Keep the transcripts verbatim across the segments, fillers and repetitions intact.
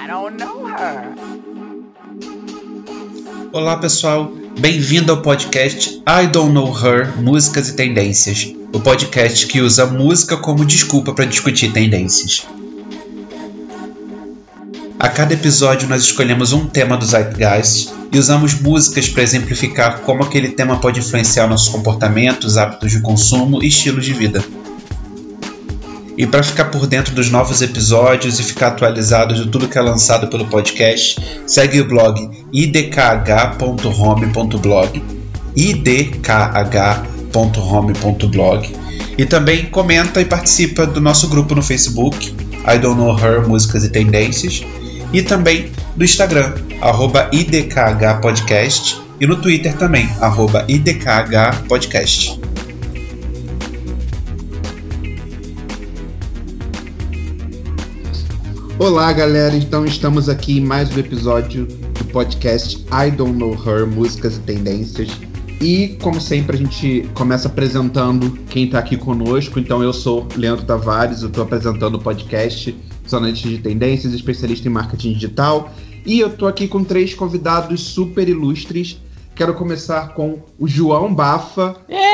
I don't know her. Olá pessoal, bem-vindo ao podcast I Don't Know Her, Músicas e Tendências, o podcast que usa música como desculpa para discutir tendências. A cada episódio nós escolhemos um tema do Zeitgeist e usamos músicas para exemplificar como aquele tema pode influenciar nossos comportamentos, hábitos de consumo e estilos de vida. E para ficar por dentro dos novos episódios e ficar atualizado de tudo que é lançado pelo podcast, segue o blog i d k h ponto home ponto blog, i d k h ponto home ponto blog, e também comenta e participa do nosso grupo no Facebook, I Don't Know Her, Músicas e Tendências, e também do Instagram, arroba i d k h podcast, e no Twitter também, arroba i d k h podcast. Olá galera, então estamos aqui em mais um episódio do podcast I Don't Know Her, Músicas e Tendências. E como sempre a gente começa apresentando quem está aqui conosco. Então eu sou Leandro Tavares, eu estou apresentando o podcast, sou analista de tendências, especialista em marketing digital. E eu estou aqui com três convidados super ilustres. Quero começar com o João Bafa. É!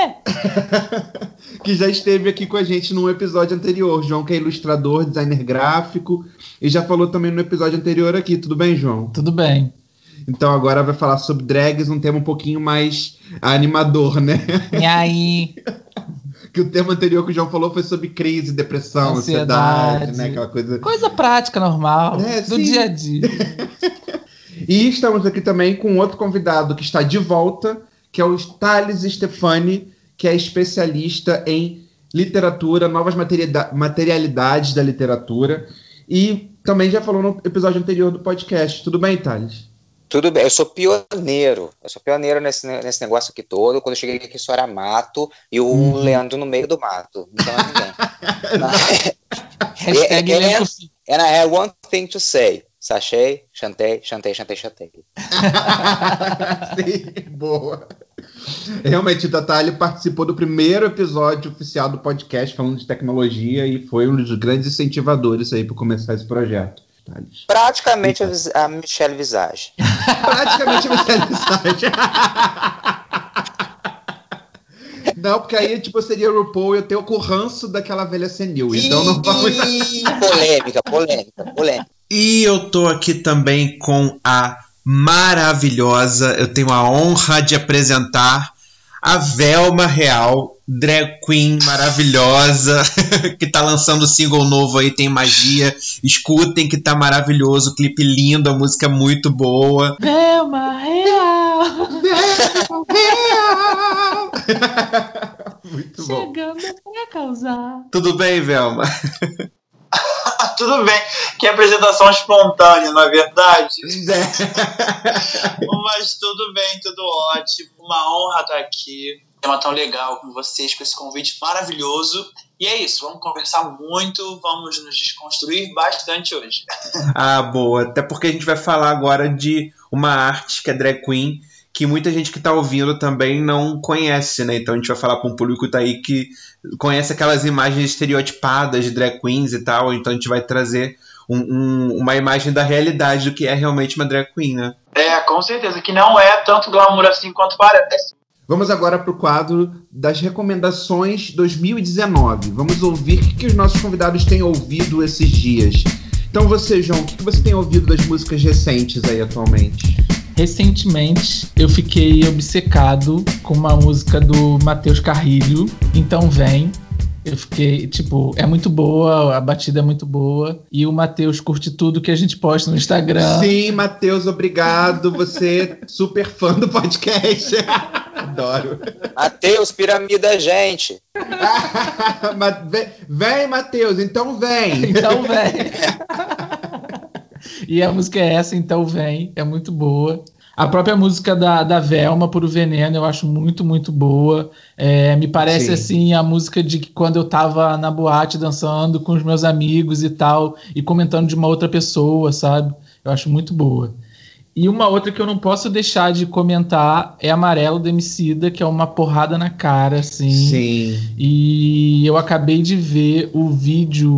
Que já esteve aqui com a gente num episódio anterior. João, que é ilustrador, designer gráfico, e já falou também no episódio anterior aqui. Tudo bem, João? Tudo bem. Então agora vai falar sobre drags, um tema um pouquinho mais animador, né? E aí? Que o tema anterior que o João falou foi sobre crise, depressão, ansiedade, ansiedade né? Aquela coisa... Coisa prática, normal, é, do sim. dia a dia. E estamos aqui também com outro convidado que está de volta, que é o Thales Stefani, que é especialista em literatura, novas materialidades da literatura, e também já falou no episódio anterior do podcast. Tudo bem, Thales? Tudo bem, eu sou pioneiro, eu sou pioneiro nesse, nesse negócio aqui todo. Quando eu cheguei aqui só era mato, e o hum. Leandro no meio do mato, então é ninguém. Hashtag and, and, and I have one thing to say. Sachei, chantei, chantei, chantei, chantei. Sim, boa. Realmente, o Tatali participou do primeiro episódio oficial do podcast falando de tecnologia e foi um dos grandes incentivadores aí para começar esse projeto. Thales. Praticamente a, a Michelle Visage. Praticamente a Michelle Visage. Não, porque aí tipo, seria o RuPaul e eu tenho o ranço daquela velha senil. Então não vamos... Polêmica, polêmica, polêmica. E eu tô aqui também com a maravilhosa, eu tenho a honra de apresentar a Velma Real, drag queen maravilhosa, que tá lançando single novo aí, Tem Magia. Escutem que tá maravilhoso, clipe lindo, a música é muito boa. Velma Real! Velma Real! Muito bom. Chegando pra causar. Tudo bem, Velma? Tudo bem, que apresentação espontânea, não é verdade? Mas tudo bem, tudo ótimo. Uma honra estar aqui. É uma tão legal com vocês, com esse convite maravilhoso. E é isso, vamos conversar muito, vamos nos desconstruir bastante hoje. Ah, boa. Até porque a gente vai falar agora de uma arte que é drag queen, que muita gente que está ouvindo também não conhece, né? Então a gente vai falar com um público que tá aí que conhece aquelas imagens estereotipadas de drag queens e tal, então a gente vai trazer um, um, uma imagem da realidade do que é realmente uma drag queen, né? É, com certeza, que não é tanto glamour assim quanto parece. Vamos agora para o quadro das recomendações dois mil e dezenove. Vamos ouvir o que os nossos convidados têm ouvido esses dias. Então você, João, o que você tem ouvido das músicas recentes aí atualmente? Recentemente eu fiquei obcecado com uma música do Matheus Carrilho, Então Vem. Eu fiquei, tipo, é muito boa, a batida é muito boa. E o Matheus curte tudo que a gente posta no Instagram. Sim, Matheus, obrigado. Você é super fã do podcast. Adoro. Matheus, piramida, gente. vem, vem, Matheus, então vem. Então vem. E a música é essa, Então Vem, é muito boa. A própria música da, da Velma, Puro Veneno, eu acho muito, muito boa. É, me parece, Sim. assim, a música de que quando eu tava na boate dançando com os meus amigos e tal, e comentando de uma outra pessoa, sabe? Eu acho muito boa. E uma outra que eu não posso deixar de comentar é Amarelo do Emicida, que é uma porrada na cara, assim. Sim. E eu acabei de ver o vídeo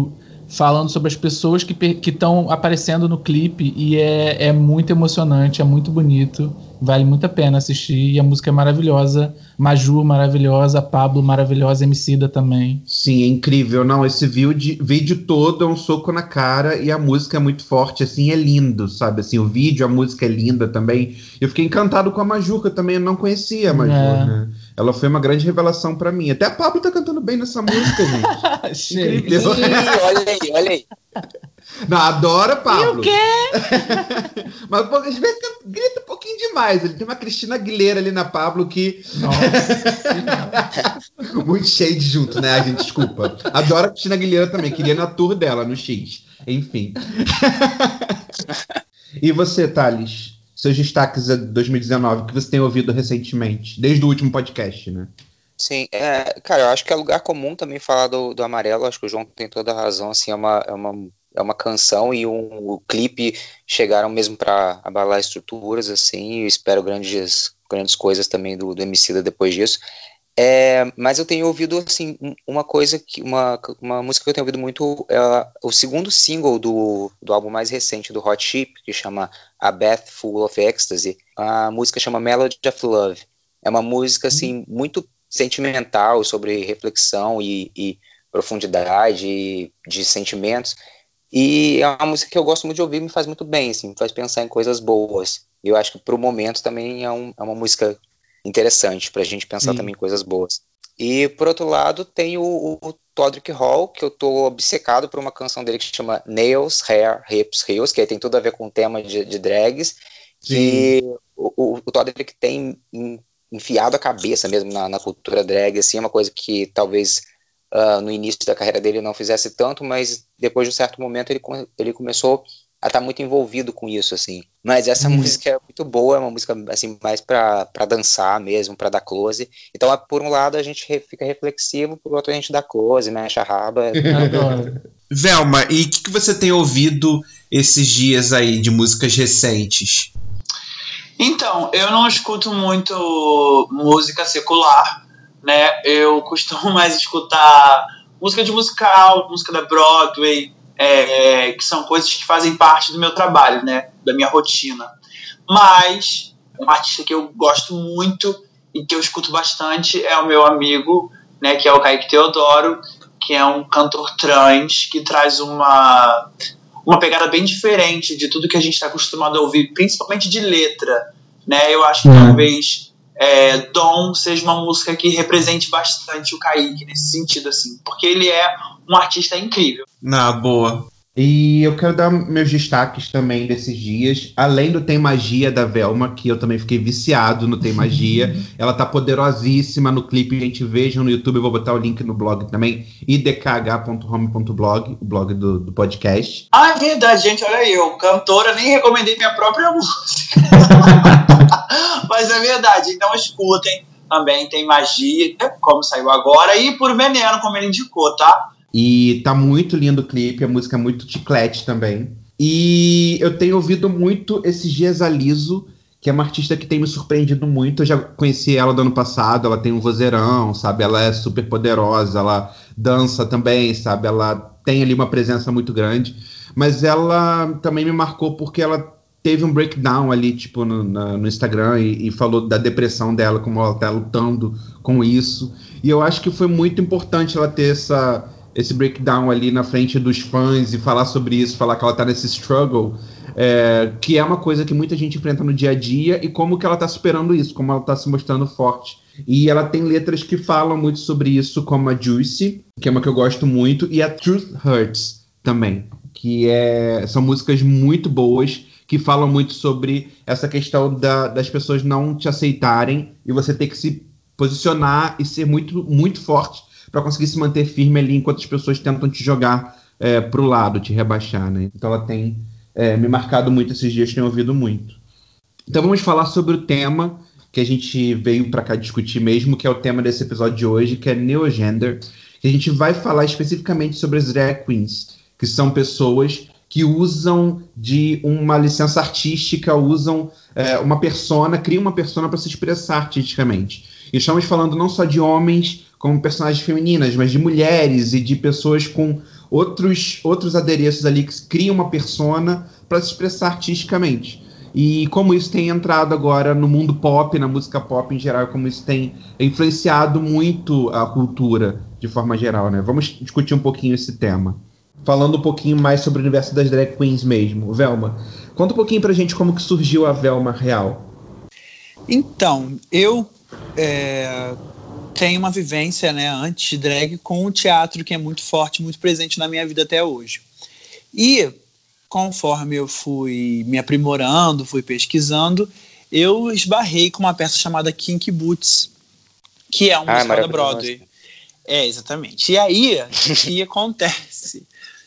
falando sobre as pessoas que estão aparecendo no clipe, e é, é muito emocionante, é muito bonito, vale muito a pena assistir, e a música é maravilhosa, Maju maravilhosa, Pablo maravilhosa, Emicida também. Sim, é incrível, não, esse vídeo, vídeo todo é um soco na cara, e a música é muito forte, assim, é lindo, sabe, assim, o vídeo, a música é linda também. Eu fiquei encantado com a Maju, que eu também não conhecia a Maju, é. né? Ela foi uma grande revelação pra mim. Até a Pablo tá cantando bem nessa música, gente. Incrível. Ih, olha aí, olha aí. Não, adora Pablo. E o quê? Mas pô, às vezes grita um pouquinho demais. Ele tem uma Cristina Aguilera ali na Pablo que... Nossa. Muito shade junto, né? A gente, desculpa. Adoro a Cristina Aguilera também. Queria na tour dela, no X. Enfim. E você, Thales? Seus destaques de dois mil e dezenove que você tem ouvido recentemente, desde o último podcast, né? Sim, é, cara, eu acho que é lugar comum também falar do, do Amarelo, acho que o João tem toda a razão, assim, é uma, é uma, é uma canção e um, o clipe chegaram mesmo para abalar estruturas, assim, e espero grandes, grandes coisas também do, do Emicida depois disso. É, mas eu tenho ouvido, assim, uma coisa, que uma, uma música que eu tenho ouvido muito, é o segundo single do, do álbum mais recente do Hot Chip, que chama A Bath Full of Ecstasy. A música chama Melody of Love. É uma música, assim, muito sentimental, sobre reflexão e, e profundidade de sentimentos. E é uma música que eu gosto muito de ouvir, me faz muito bem, assim, me faz pensar em coisas boas. E eu acho que pro momento também é, um, é uma música interessante pra gente pensar Sim. também em coisas boas. E por outro lado tem o, o Todrick Hall, que eu tô obcecado por uma canção dele que se chama Nails, Hair, Hips, Heels, que aí tem tudo a ver com o tema de, de drags, Sim. que o, o, o Todrick tem enfiado a cabeça mesmo na, na cultura drag, assim, é uma coisa que talvez uh, no início da carreira dele não fizesse tanto, mas depois de um certo momento ele, ele começou a estar tá muito envolvido com isso, assim. Mas essa hum. música é muito boa, é uma música, assim, mais pra, pra dançar mesmo, pra dar close. Então, por um lado, a gente fica reflexivo, por outro, a gente dá close, mexe a raba. Velma, e o que, que você tem ouvido esses dias aí de músicas recentes? Então, eu não escuto muito música secular, né? Eu costumo mais escutar música de musical, música da Broadway, É, que são coisas que fazem parte do meu trabalho, né, da minha rotina. Mas um artista que eu gosto muito e que eu escuto bastante é o meu amigo, né, que é o Kaique Teodoro, que é um cantor trans que traz uma, uma pegada bem diferente de tudo que a gente está acostumado a ouvir, principalmente de letra, né? Eu acho que hum. talvez é, Dom seja uma música que represente bastante o Kaique nesse sentido, assim, porque ele é um artista incrível. Na boa. E eu quero dar meus destaques também desses dias, além do Tem Magia da Velma, que eu também fiquei viciado no Tem Magia. Ela tá poderosíssima no clipe, gente, vejam no YouTube, eu vou botar o link no blog também, i d k h ponto home ponto blog, o blog do, do podcast. Ah, é verdade, gente, olha aí, eu, cantora, nem recomendei minha própria música. Mas é verdade, então escutem, também Tem Magia, como saiu agora, e Por Veneno, como ele indicou, tá? E tá muito lindo o clipe, a música é muito chiclete também. E eu tenho ouvido muito esses dias a Liso, que é uma artista que tem me surpreendido muito. Eu já conheci ela do ano passado, ela tem um vozeirão, sabe? Ela é super poderosa, ela dança também, sabe? Ela tem ali uma presença muito grande. Mas ela também me marcou porque ela teve um breakdown ali, tipo, no, na, no Instagram e, e falou da depressão dela, como ela tá lutando com isso. E eu acho que foi muito importante ela ter essa... esse breakdown ali na frente dos fãs e falar sobre isso, falar que ela tá nesse struggle, é, que é uma coisa que muita gente enfrenta no dia a dia e como que ela tá superando isso, como ela tá se mostrando forte. E ela tem letras que falam muito sobre isso, como a Juicy, que é uma que eu gosto muito, e a Truth Hurts também, que é, são músicas muito boas, que falam muito sobre essa questão da, das pessoas não te aceitarem e você ter que se posicionar e ser muito, muito forte para conseguir se manter firme ali enquanto as pessoas tentam te jogar é, pro lado, te rebaixar, né? Então ela tem é, me marcado muito esses dias, tenho ouvido muito. Então vamos falar sobre o tema que a gente veio para cá discutir mesmo, que é o tema desse episódio de hoje, que é Neogender, que a gente vai falar especificamente sobre as drag queens, que são pessoas que usam de uma licença artística, usam é, uma persona, criam uma persona para se expressar artisticamente. E estamos falando não só de homens como personagens femininas, mas de mulheres e de pessoas com outros, outros adereços ali que criam uma persona para se expressar artisticamente. E como isso tem entrado agora no mundo pop, na música pop em geral, como isso tem influenciado muito a cultura de forma geral, né? Vamos discutir um pouquinho esse tema. Falando um pouquinho mais sobre o universo das drag queens mesmo. Velma, conta um pouquinho pra gente como que surgiu a Velma real. Então, eu é, tenho uma vivência, né, antes de drag com o teatro, que é muito forte, muito presente na minha vida até hoje. E conforme eu fui me aprimorando, fui pesquisando, eu esbarrei com uma peça chamada Kinky Boots, que é um musical ah, da Broadway. É, exatamente. E aí, o que acontece?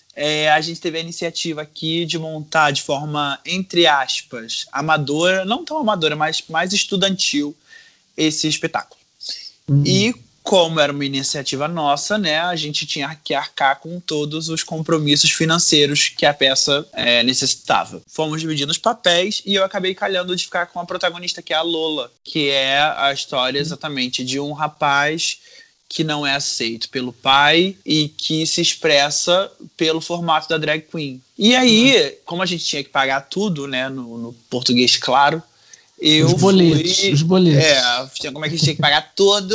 É, a gente teve a iniciativa aqui de montar de forma, entre aspas, amadora, não tão amadora, mas mais estudantil, esse espetáculo. Uhum. E como era uma iniciativa nossa, né, a gente tinha que arcar com todos os compromissos financeiros que a peça é, necessitava. Fomos dividindo os papéis e eu acabei calhando de ficar com a protagonista, que é a Lola, que é a história exatamente de um rapaz que não é aceito pelo pai e que se expressa pelo formato da drag queen. E aí, como a gente tinha que pagar tudo, né, no, no português claro, eu os boletos, fui... Os boletos. É, como é que a gente tinha que pagar tudo?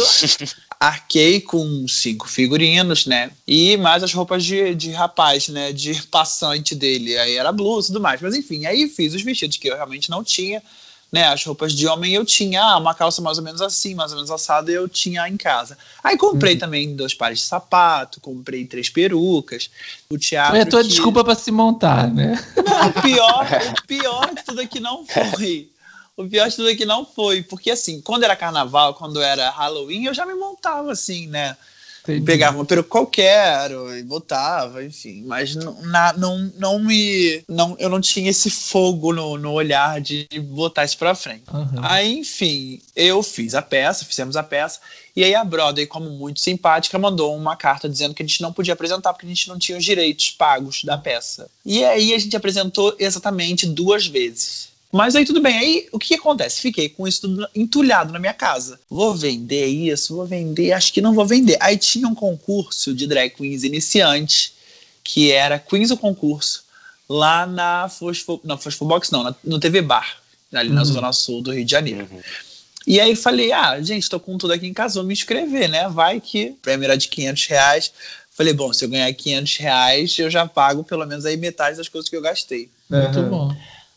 Arquei com cinco figurinos, né? E mais as roupas de, de rapaz, né? De passante dele. Aí era blusa e tudo mais. Mas enfim, aí fiz os vestidos que eu realmente não tinha, né? As roupas de homem eu tinha. Ah, uma calça mais ou menos assim, mais ou menos assada, eu tinha em casa. Aí comprei uhum. também dois pares de sapato, comprei três perucas. O teatro. Foi a tua que... desculpa pra se montar, né? Não, o pior, o pior de tudo aqui não foi. O pior de tudo aqui não foi, porque assim, quando era carnaval, quando era Halloween, eu já me montava assim, né? Entendi. Pegava uma peruca qualquer e botava, enfim. Mas não, na, não, não me... Não, eu não tinha esse fogo no, no olhar de botar isso pra frente. Uhum. Aí, enfim, eu fiz a peça, fizemos a peça, e aí a Broadway, como muito simpática, mandou uma carta dizendo que a gente não podia apresentar porque a gente não tinha os direitos pagos da peça. E aí a gente apresentou exatamente duas vezes. Mas aí tudo bem, aí o que acontece? Fiquei com isso tudo entulhado na minha casa. Vou vender isso, vou vender, acho que não vou vender. Aí tinha um concurso de drag queens iniciante, que era Queens o Concurso, lá na Fosfo, não, Fosfobox não, na, no T V Bar, ali uhum. na Zona Sul do Rio de Janeiro. Uhum. E aí falei, ah, gente, tô com tudo aqui em casa, vou me inscrever, né? Vai que o prêmio era de quinhentos reais. Falei, bom, se eu ganhar quinhentos reais, eu já pago pelo menos aí metade das coisas que eu gastei. Uhum. Muito bom.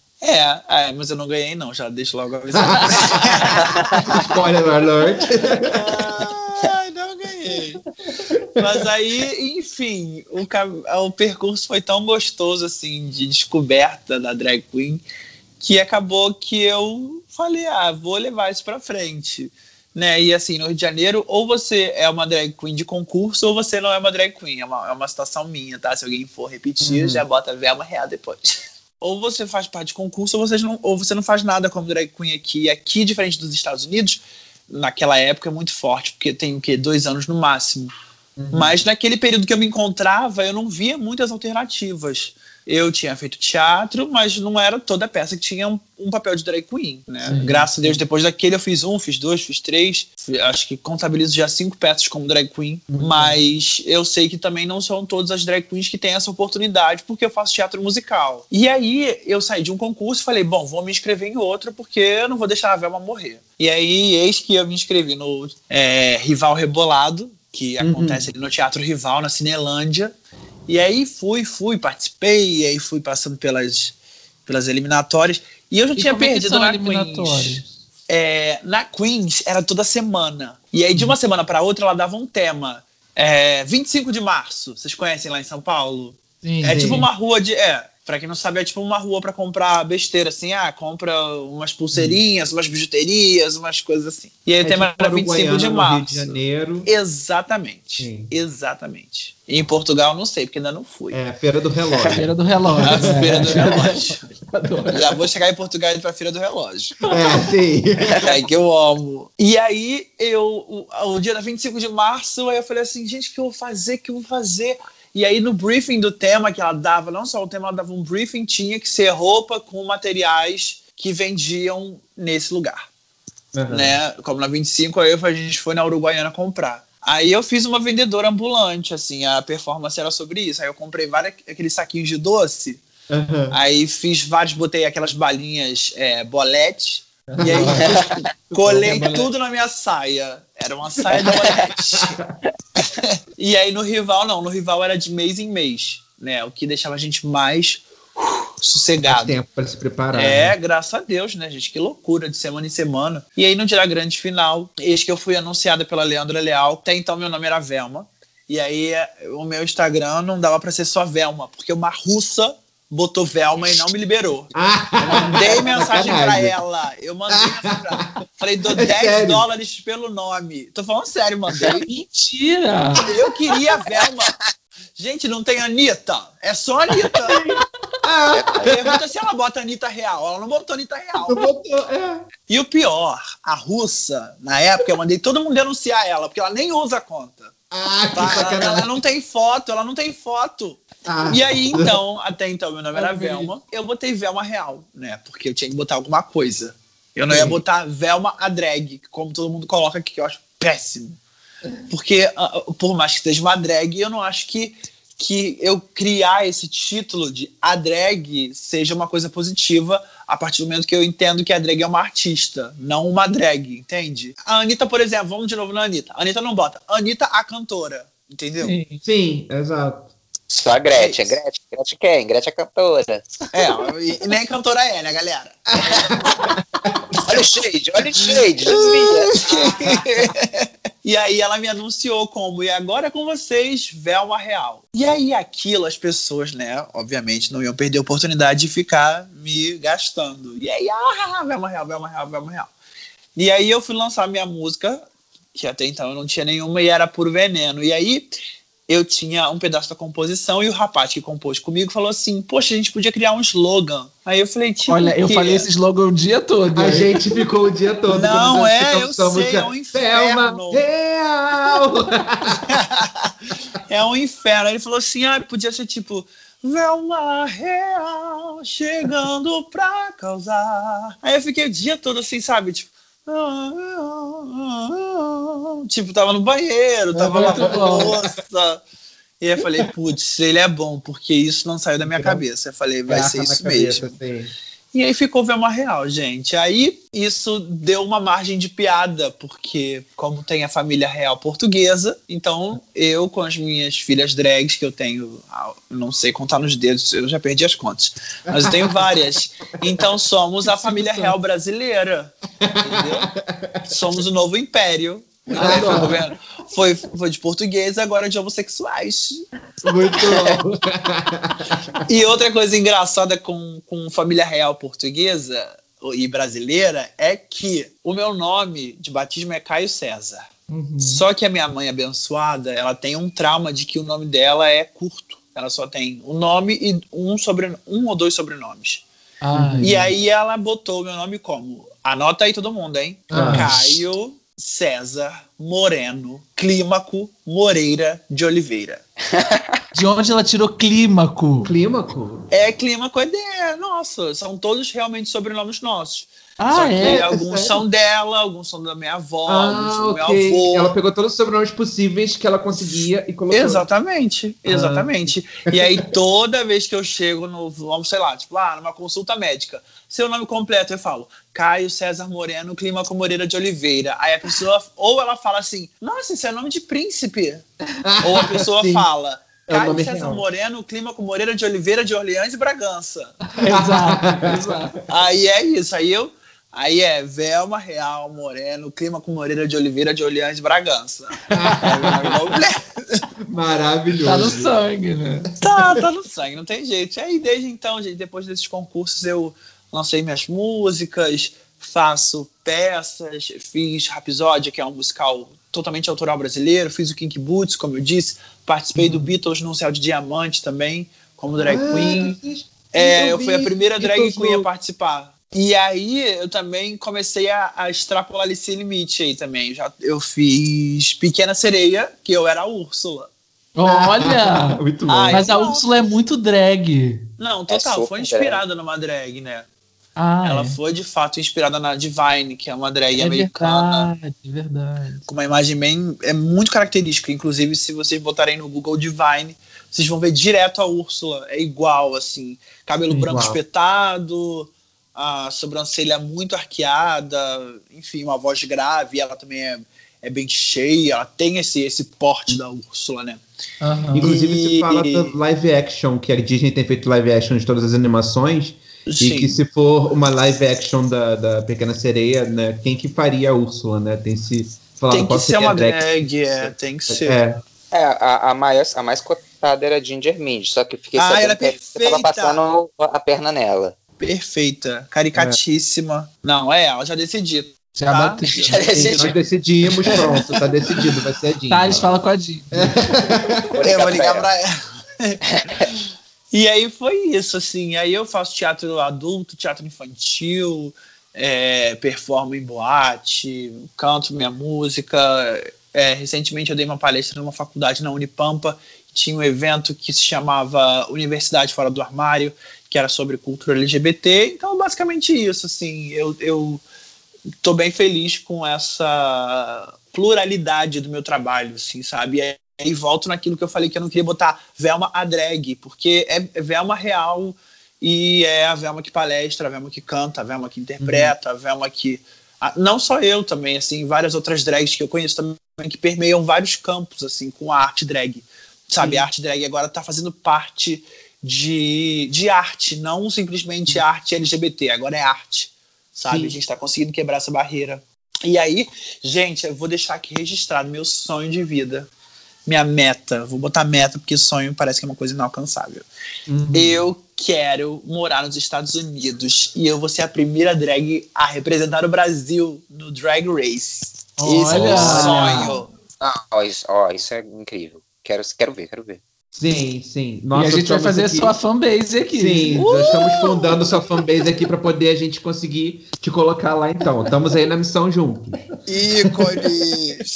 É, é, mas eu não ganhei não, já deixo logo avisado. Spoiler alert. Ai, não ganhei. Mas aí, enfim, o, o percurso foi tão gostoso, assim, de descoberta da drag queen, que acabou que eu falei, ah, vou levar isso pra frente. Né? E assim, no Rio de Janeiro, ou você é uma drag queen de concurso, ou você não é uma drag queen. É uma, é uma situação minha, tá? Se alguém for repetir, uhum. já bota a Velma real depois. Ou você faz parte de concurso, ou você, não, ou você não faz nada como drag queen aqui. E aqui, diferente dos Estados Unidos, naquela época é muito forte, porque tem o quê? Dois anos no máximo. Uhum. Mas naquele período que eu me encontrava, eu não via muitas alternativas. Eu tinha feito teatro, mas não era toda peça que tinha um, um papel de drag queen, né? Sim. Graças a Deus, depois daquele eu fiz um, fiz dois, fiz três. Acho que contabilizo já cinco peças como drag queen. Uhum. Mas eu sei que também não são todas as drag queens que têm essa oportunidade, porque eu faço teatro musical. E aí eu saí de um concurso e falei, bom, vou me inscrever em outro, porque eu não vou deixar a Velma morrer. E aí, eis que eu me inscrevi no é, Rival Rebolado, que uhum. acontece ali no Teatro Rival, na Cinelândia. E aí fui, fui, participei, e aí fui passando pelas, pelas eliminatórias. E eu já e tinha como perdido é na Queens. É, na Queens era toda semana. E aí de uma semana para outra ela dava um tema. É, vinte e cinco de março, vocês conhecem lá em São Paulo? Sim, é sim. tipo uma rua de... É, pra quem não sabe, é tipo uma rua pra comprar besteira, assim. Ah, compra umas pulseirinhas, hum. umas bijuterias, umas coisas assim. E aí é o tema tipo era vinte e cinco de março. Rio de Janeiro. Exatamente. Sim. Exatamente. E em Portugal não sei, porque ainda não fui. É, Feira do Relógio. Feira do Relógio. A Feira do Relógio. Já vou chegar em Portugal e ir pra Feira do Relógio. É, sim. É que eu amo. E aí, eu, o, o dia da vinte e cinco de março, aí eu falei assim, gente, o que eu vou fazer? O que eu vou fazer? E aí, no briefing do tema que ela dava, não só o tema, ela dava um briefing, tinha que ser roupa com materiais que vendiam nesse lugar. Uhum. Né? Como na vinte e cinco, aí a gente foi na Uruguaiana comprar. Aí eu fiz uma vendedora ambulante, assim, a performance era sobre isso. Aí eu comprei vários aqueles saquinhos de doce, uhum. Aí fiz vários, botei aquelas balinhas é, bolete, uhum. E aí colei tudo na minha saia. Era uma saia de bolete. E aí no Rival, não, no Rival era de mês em mês, né? O que deixava a gente mais uh, sossegado. Mais tempo para se preparar. É, né? Graças a Deus, né, gente? Que loucura, de semana em semana. E aí no dia da grande final, eis que eu fui anunciada pela Leandra Leal. Até então meu nome era Velma. E aí o meu Instagram não dava pra ser só Velma, porque uma russa botou Velma e não me liberou. Ah, eu mandei mensagem pra ela. Eu mandei mensagem pra ela. Falei, dou dez sério? dólares pelo nome. Tô falando sério, mandei. Mentira! Eu queria Velma. Gente, não tem Anitta. É só Anitta. Ah. Pergunta se ela bota Anitta real. Ela não botou Anitta real. Não botou, é. E o pior, a russa, na época, eu mandei todo mundo denunciar ela, porque ela nem usa a conta. Ah, que tá? sacanagem. Ela, ela não tem foto, ela não tem foto. Ah. E aí, então, até então, meu nome era Velma. Eu botei Velma real, né? Porque eu tinha que botar alguma coisa. Eu não Sim. ia botar Velma a drag, como todo mundo coloca aqui, que eu acho péssimo. Porque, uh, por mais que seja uma drag, eu não acho que, que eu criar esse título de a drag seja uma coisa positiva a partir do momento que eu entendo que a drag é uma artista, não uma drag, entende? A Anitta, por exemplo, vamos de novo na Anitta. A Anitta não bota Anitta a cantora, entendeu? Sim, Sim exato. Só a Gretchen, é Gretchen, Gretchen quem? Gretchen é cantora. É, e nem cantora é, né, galera? Olha o shade, olha o shade, desvia. E aí ela me anunciou como, e agora é com vocês, Velma Real. E aí aquilo, as pessoas, né, obviamente não iam perder a oportunidade de ficar me gastando. E aí, ah, Velma Real, Velma Real, Velma Real. E aí eu fui lançar minha música, que até então eu não tinha nenhuma, e era Puro Veneno. E aí eu tinha um pedaço da composição e o rapaz que compôs comigo falou assim, poxa, a gente podia criar um slogan. Aí eu falei, tipo, olha, eu falei esse slogan o dia todo. A gente ficou o dia todo. Não, é, eu sei, música. É um inferno. Real. É um inferno. Aí ele falou assim, ah, podia ser tipo, Velma Real, chegando pra causar. Aí eu fiquei o dia todo assim, sabe, tipo, tipo, tava no banheiro, tava lavando louça. E aí eu falei, putz, ele é bom, porque isso não saiu da minha cabeça. Eu falei, vai ser isso mesmo. E aí ficou Velma Real, gente. Aí isso deu uma margem de piada, porque como tem a família real portuguesa, então eu com as minhas filhas drags, que eu tenho, não sei contar nos dedos, eu já perdi as contas, mas eu tenho várias. Então somos a família real brasileira, entendeu? Somos o novo império. Ah, foi, foi de português, agora de homossexuais. Muito bom. E outra coisa engraçada com, com família real portuguesa e brasileira é que o meu nome de batismo é Caio César. Uhum. Só que a minha mãe abençoada, ela tem um trauma de que o nome dela é curto. Ela só tem um nome e um, sobre, um ou dois sobrenomes. Ai. E aí ela botou o meu nome como? Anota aí todo mundo, hein? Ai. Caio César Moreno Clímaco Moreira de Oliveira. De onde ela tirou Clímaco? Clímaco? É, Clímaco é de... Nossa, são todos realmente sobrenomes nossos. Ah, Só que é? alguns é são dela, alguns são da minha avó, ah, alguns são do okay. meu avô. Ela pegou todos os sobrenomes possíveis que ela conseguia e colocou. Exatamente, exatamente. Ah. E aí toda vez que eu chego no, vamos, sei lá, tipo, lá, numa consulta médica, seu nome completo, eu falo Caio César Moreno Clímaco Moreira de Oliveira. Aí a pessoa, ou ela fala assim, nossa, esse é nome de príncipe. Ou a pessoa fala... Caio é César real. Moreno, Clímaco Moreira de Oliveira de Orleans e Bragança. Exato, exato. Aí é isso, aí eu... Aí é Velma Real Moreno, Clímaco Moreira de Oliveira de Orleans e Bragança. Maravilhoso. Tá no sangue, né? Tá, tá no sangue, não tem jeito. E aí desde então, gente, depois desses concursos eu lancei minhas músicas, faço peças, fiz Rhapsódia, que é um musical totalmente autoral brasileiro, fiz o Kinky Boots, como eu disse, participei uhum. do Beatles no Céu de Diamante também, como drag ah, queen. É, eu, eu fui a primeira drag Beatles queen no... a participar. E aí eu também comecei a, a extrapolar esse limite aí também. Já, eu fiz Pequena Sereia, que eu era a Úrsula. Olha! Muito bom. Ai, mas a Úrsula é muito drag. Não, total, é foi inspirada numa drag, né? Ah, ela é. foi de fato inspirada na Divine, que é uma drag É americana. verdade, é verdade. Com uma imagem bem. É muito característica. Inclusive, se vocês botarem no Google Divine, vocês vão ver direto a Úrsula. É igual, assim. Cabelo Igual. branco espetado, a sobrancelha muito arqueada, enfim, uma voz grave. Ela também é, é bem cheia. Ela tem esse, esse porte da Úrsula, né? Aham. Inclusive, E- se fala da live action, que a Disney tem feito live action de todas as animações. Sim. E que se for uma live action da, da Pequena Sereia, né? Quem que faria a Úrsula, né? Tem se falado Tem que qual ser seria a uma drag, é, tem que ser. É, É, a, a, mais, a mais cotada era a Ginger Mind, só que eu fiquei Ah, sabendo ela é que você tava perfeita. passando a perna nela. Perfeita, caricatíssima. Não, é, ela já decidiu. Já Tá? bateu. Já sim, decidiu. nós decidimos, pronto, tá decidido, vai ser a Disney. Thales fala com a Di. Eu vou ligar pra ela. E aí foi isso, assim. Aí eu faço teatro adulto, teatro infantil, é, performo em boate, canto minha música. É, recentemente eu dei uma palestra numa faculdade na Unipampa. Tinha um evento que se chamava Universidade Fora do Armário, que era sobre cultura L G B T. Então, basicamente isso, assim. Eu, eu tô bem feliz com essa pluralidade do meu trabalho, assim, sabe? E aí volto naquilo que eu falei que eu não queria botar Velma a drag, porque é Velma real e é a Velma que palestra, a Velma que canta, a Velma que interpreta, a Velma que... a- não só eu também, assim, várias outras drags que eu conheço também que permeiam vários campos, assim, com a arte drag, sabe? A arte drag agora tá fazendo parte de, de arte, não simplesmente arte L G B T, agora é arte, sabe? Sim. A gente tá conseguindo quebrar essa barreira. E aí, gente, eu vou deixar aqui registrado meu sonho de vida, minha meta, vou botar meta porque sonho parece que é uma coisa inalcançável. Uhum. Eu quero morar nos Estados Unidos e eu vou ser a primeira drag a representar o Brasil no Drag Race. Esse é o meu Olha! sonho. Ah, ó, isso, ó, isso é incrível. Quero, quero ver, quero ver. Sim, sim. E Nós a gente vai estamos fazer aqui- sua fanbase aqui. Sim, nós estamos fundando sua fanbase aqui para poder a gente conseguir te colocar lá então. Estamos aí na missão juntos. Ícones!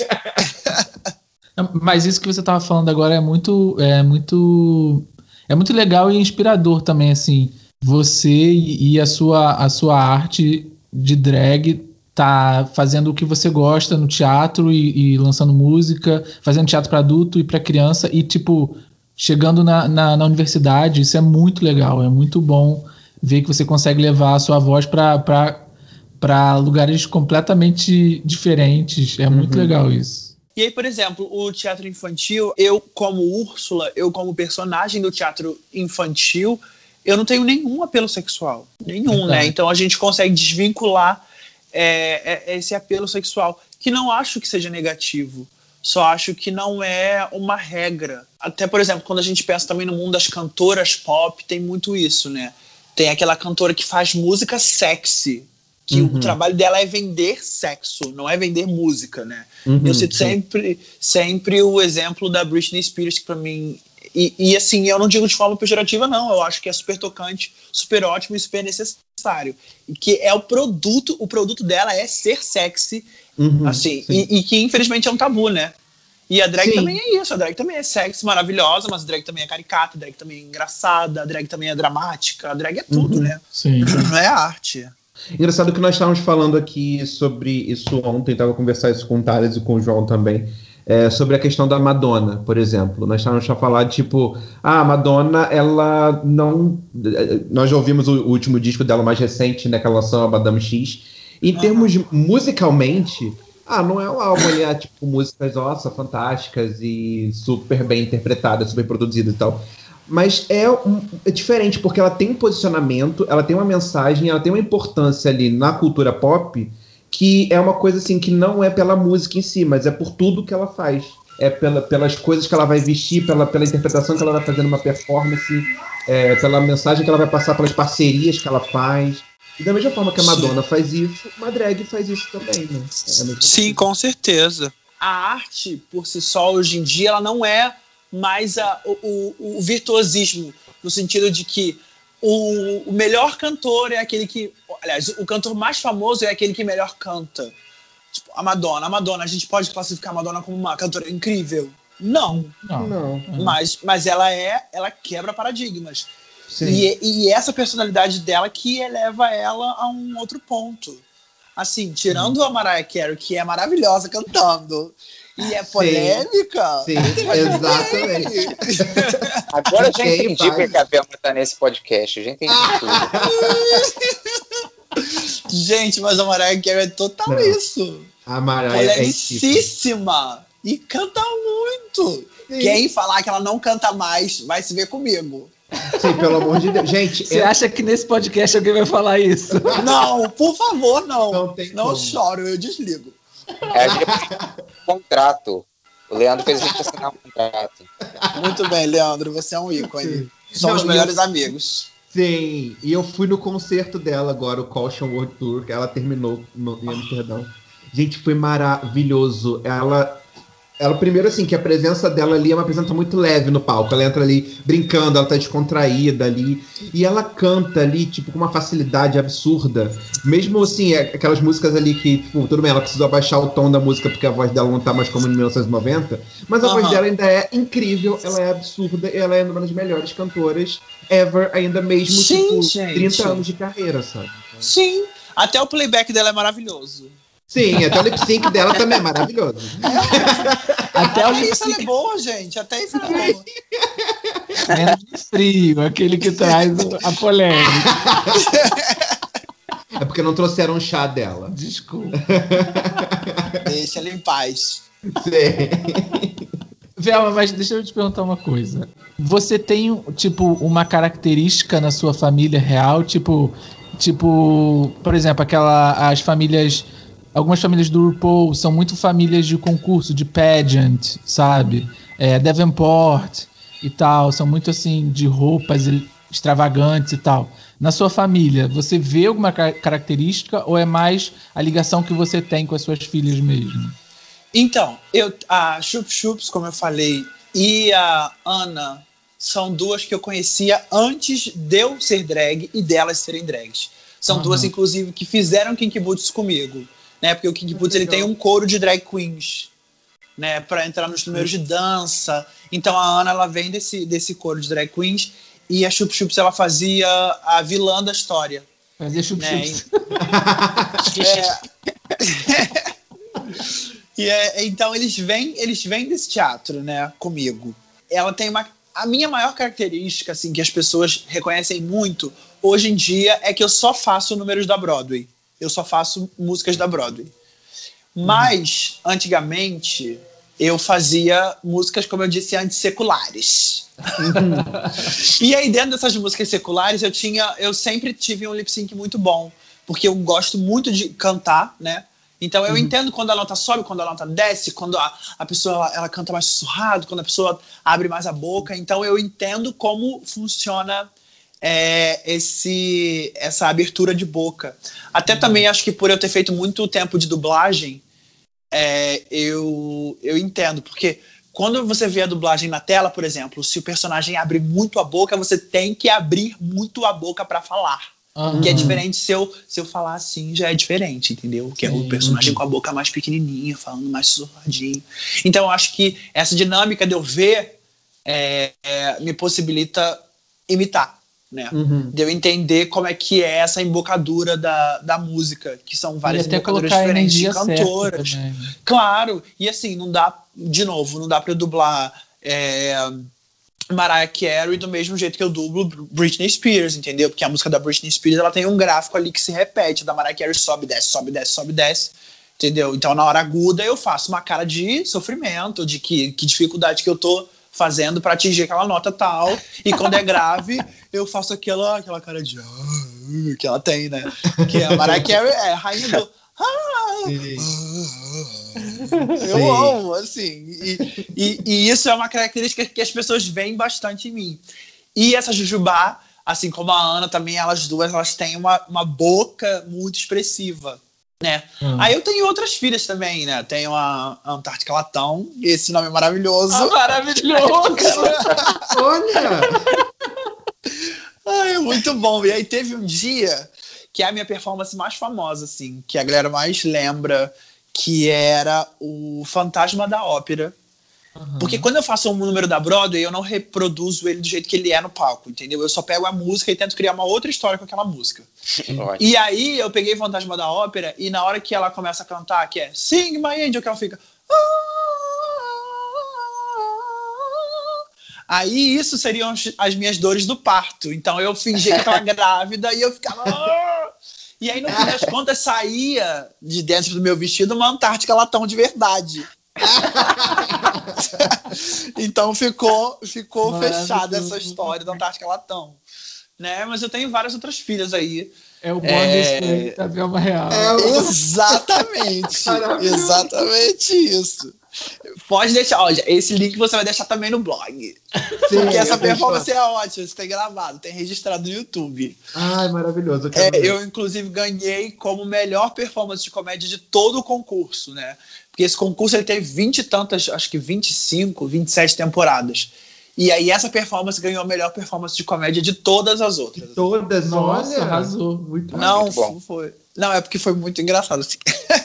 Mas isso que você estava falando agora é muito, é muito, é muito legal e inspirador também, assim. Você e a sua, a sua arte de drag tá fazendo o que você gosta no teatro e, e lançando música, fazendo teatro para adulto e para criança e tipo chegando na, na, na universidade. Isso é muito legal, é muito bom ver que você consegue levar a sua voz para para lugares completamente diferentes. É muito Uhum. legal isso. E aí, por exemplo, o teatro infantil, eu como Úrsula, eu como personagem do teatro infantil, eu não tenho nenhum apelo sexual. Nenhum, Verdade. né? Então a gente consegue desvincular é, é, esse apelo sexual, que não acho que seja negativo. Só acho que não é uma regra. Até, por exemplo, quando a gente pensa também no mundo das cantoras pop, tem muito isso, né? Tem aquela cantora que faz música sexy, que Uhum. o trabalho dela é vender sexo, não é vender música, né? Uhum, Eu cito sim. sempre, sempre o exemplo da Britney Spears, que pra mim... E, e assim, eu não digo de forma pejorativa, não. Eu acho que é super tocante, super ótimo e super necessário. E que é o produto, o produto dela é ser sexy, Uhum, assim, sim. e, e que infelizmente é um tabu, né? E a drag Sim. também é isso, a drag também é sexy, maravilhosa, mas a drag também é caricata, a drag também é engraçada, a drag também é dramática, a drag é tudo, Uhum. né? Sim. Não é arte. Engraçado que nós estávamos falando aqui sobre isso ontem, estava conversando isso com o Thales e com o João também, é, sobre a questão da Madonna, por exemplo. Nós estávamos a falar, tipo, ah, a Madonna, ela não... Nós já ouvimos o, o último disco dela mais recente, né, que ela lançou, a Madame X. Em Aham. termos de, musicalmente, ah, não é um álbum ali, ah, tipo, músicas, nossa, fantásticas e super bem interpretadas, super produzidas e tal. Mas é, um, é diferente, porque ela tem um posicionamento, ela tem uma mensagem, ela tem uma importância ali na cultura pop, que é uma coisa assim, que não é pela música em si, mas é por tudo que ela faz. É pela, pelas coisas que ela vai vestir, pela, pela interpretação que ela vai fazer numa performance, é, pela mensagem que ela vai passar, pelas parcerias que ela faz. E da mesma forma que a Madonna faz isso, uma drag faz isso também, né? É a mesma Sim, coisa. com certeza. A arte, por si só, hoje em dia, ela não é mais a, o, o, o virtuosismo, no sentido de que o, o melhor cantor é aquele que... Aliás, o cantor mais famoso é aquele que melhor canta. Tipo, a Madonna. A Madonna, a gente pode classificar a Madonna como uma cantora incrível? Não. Não. Não. Mas, mas ela é... Ela quebra paradigmas. E, e essa personalidade dela que eleva ela a um outro ponto. Assim, tirando hum. a Mariah Carey, que é maravilhosa cantando, e é polêmica. Sim, sim, exatamente. Agora eu já entendi porque a Velma tá nesse podcast. Eu já entendi tudo. Gente, mas a Mariah Carey é total Não. isso. A Mariah é Polemicíssima. E canta muito. Sim. Quem falar que ela não canta mais, vai se ver comigo. Sim, pelo amor de Deus. Gente, você eu... acha que nesse podcast alguém vai falar isso? Não, por favor, não. Não, tem não como. choro, eu desligo. É, a gente um contrato. O Leandro fez a gente assinar um contrato. Muito bem, Leandro, você é um ícone. Somos os melhores eu... amigos. Sim, e eu fui no concerto dela agora, o Caution World Tour, que ela terminou no, em Amsterdã. Gente, foi maravilhoso. Ela... Ela, primeiro, assim, que a presença dela ali é uma presença muito leve no palco. Ela entra ali brincando, ela tá descontraída ali. E ela canta ali, tipo, com uma facilidade absurda. Mesmo, assim, aquelas músicas ali que, tipo, tudo bem, ela precisou abaixar o tom da música porque a voz dela não tá mais como em mil novecentos e noventa. Mas a uhum. voz dela ainda é incrível, ela é absurda, ela é uma das melhores cantoras ever, ainda mesmo, Sim, tipo, gente. trinta anos de carreira, sabe? Sim, até o playback dela é maravilhoso. Sim, até o lip sync dela também é maravilhoso. Até o lip sync é boa, gente. Até isso é boa. Menos de frio, aquele que traz a polêmica. É porque não trouxeram um chá dela. Desculpa. Deixa ela em paz. Sim. Velma, mas deixa eu te perguntar uma coisa. Você tem, tipo, uma característica na sua família real? Tipo, tipo, por exemplo, aquela, as famílias... Algumas famílias do RuPaul são muito famílias de concurso, de pageant, sabe? É, Davenport e tal, são muito assim, de roupas extravagantes e tal. Na sua família, você vê alguma característica ou é mais a ligação que você tem com as suas filhas mesmo? Então, eu, a Chup Chups, como eu falei, e a Ana são duas que eu conhecia antes de eu ser drag e delas serem drags. São uhum. duas, inclusive, que fizeram Kinky Boots comigo. Né, porque o Kinky Boots ele tem um coro de drag queens, né, para entrar nos números de dança. Então a Ana ela vem desse, desse coro de drag queens e a Chup Chups ela fazia a vilã da história. Fazia Chup né, Chups. É... e é, então eles vêm, eles vêm desse teatro, né, comigo. Ela tem uma a minha maior característica assim que as pessoas reconhecem muito hoje em dia é que eu só faço números da Broadway. Eu só faço músicas da Broadway. Mas, uhum. antigamente, eu fazia músicas, como eu disse antes, seculares. Uhum. E aí, dentro dessas músicas seculares, eu, tinha, eu sempre tive um lip sync muito bom. Porque eu gosto muito de cantar, né? Então, eu uhum. entendo quando a nota sobe, quando a nota desce, quando a, a pessoa ela, ela canta mais sussurrado, quando a pessoa abre mais a boca. Então, eu entendo como funciona... É, esse, essa abertura de boca. Até uhum. também acho que por eu ter feito muito tempo de dublagem, é, eu, eu entendo, porque quando você vê a dublagem na tela, por exemplo, se o personagem abre muito a boca, você tem que abrir muito a boca para falar. Uhum. Que é diferente se eu, se eu falar assim, já é diferente, entendeu? Que é o personagem uhum. com a boca mais pequenininha, falando mais sussurradinho. Então eu acho que essa dinâmica de eu ver é, é, me possibilita imitar. Né? Uhum. De eu entender como é que é essa embocadura da, da música, que são várias embocaduras diferentes de cantoras. Claro, e assim, não dá, de novo, não dá pra eu dublar é, Mariah Carey do mesmo jeito que eu dublo Britney Spears, entendeu? Porque a música da Britney Spears ela tem um gráfico ali que se repete, da Mariah Carey sobe, desce, sobe, desce, sobe, desce, entendeu? Então na hora aguda eu faço uma cara de sofrimento, de que, que dificuldade que eu tô fazendo para atingir aquela nota tal, e quando é grave eu faço aquela, aquela cara de ah, que ela tem, né? Que a Mariah Carey é a rainha do ah, ah, eu amo, assim, e, e, e isso é uma característica que as pessoas veem bastante em mim. E essa Jujubá, assim como a Ana também, elas duas, elas têm uma, uma boca muito expressiva. Né? Hum. Aí eu tenho outras filhas também, né? Tenho a Antártica Latão, esse nome é maravilhoso. Ah, maravilhoso! Olha! Ai, é muito bom. E aí teve um dia que é a minha performance mais famosa, assim, que a galera mais lembra, que era o Fantasma da Ópera, Uhum. Porque quando eu faço um número da Broadway, eu não reproduzo ele do jeito que ele é no palco, entendeu? Eu só pego a música e tento criar uma outra história com aquela música. E aí eu peguei Fantasma da Ópera e na hora que ela começa a cantar, que é Sing My Angel, que ela fica... Aí isso seriam as minhas dores do parto. Então eu fingia que eu tava grávida e eu ficava... E aí no fim das contas saía de dentro do meu vestido uma Antártica Latão de verdade. Então ficou, ficou fechada essa história da Antártica Latão, né? Mas eu tenho várias outras filhas aí. É o bom é... da Velma Real. É, exatamente, exatamente isso. Pode deixar, olha, esse link você vai deixar também no blog. Sim, porque essa performance é ótima, você tem gravado, tem registrado no YouTube. Ai, maravilhoso. Eu, é, eu, inclusive, ganhei como melhor performance de comédia de todo o concurso, né? Porque esse concurso ele teve vinte e tantas, acho que vinte e cinco, vinte e sete temporadas. E aí essa performance ganhou a melhor performance de comédia de todas as outras. De todas? Nossa, olha. Arrasou. Muito Não, muito bom. foi. Não, é porque foi muito engraçado, assim.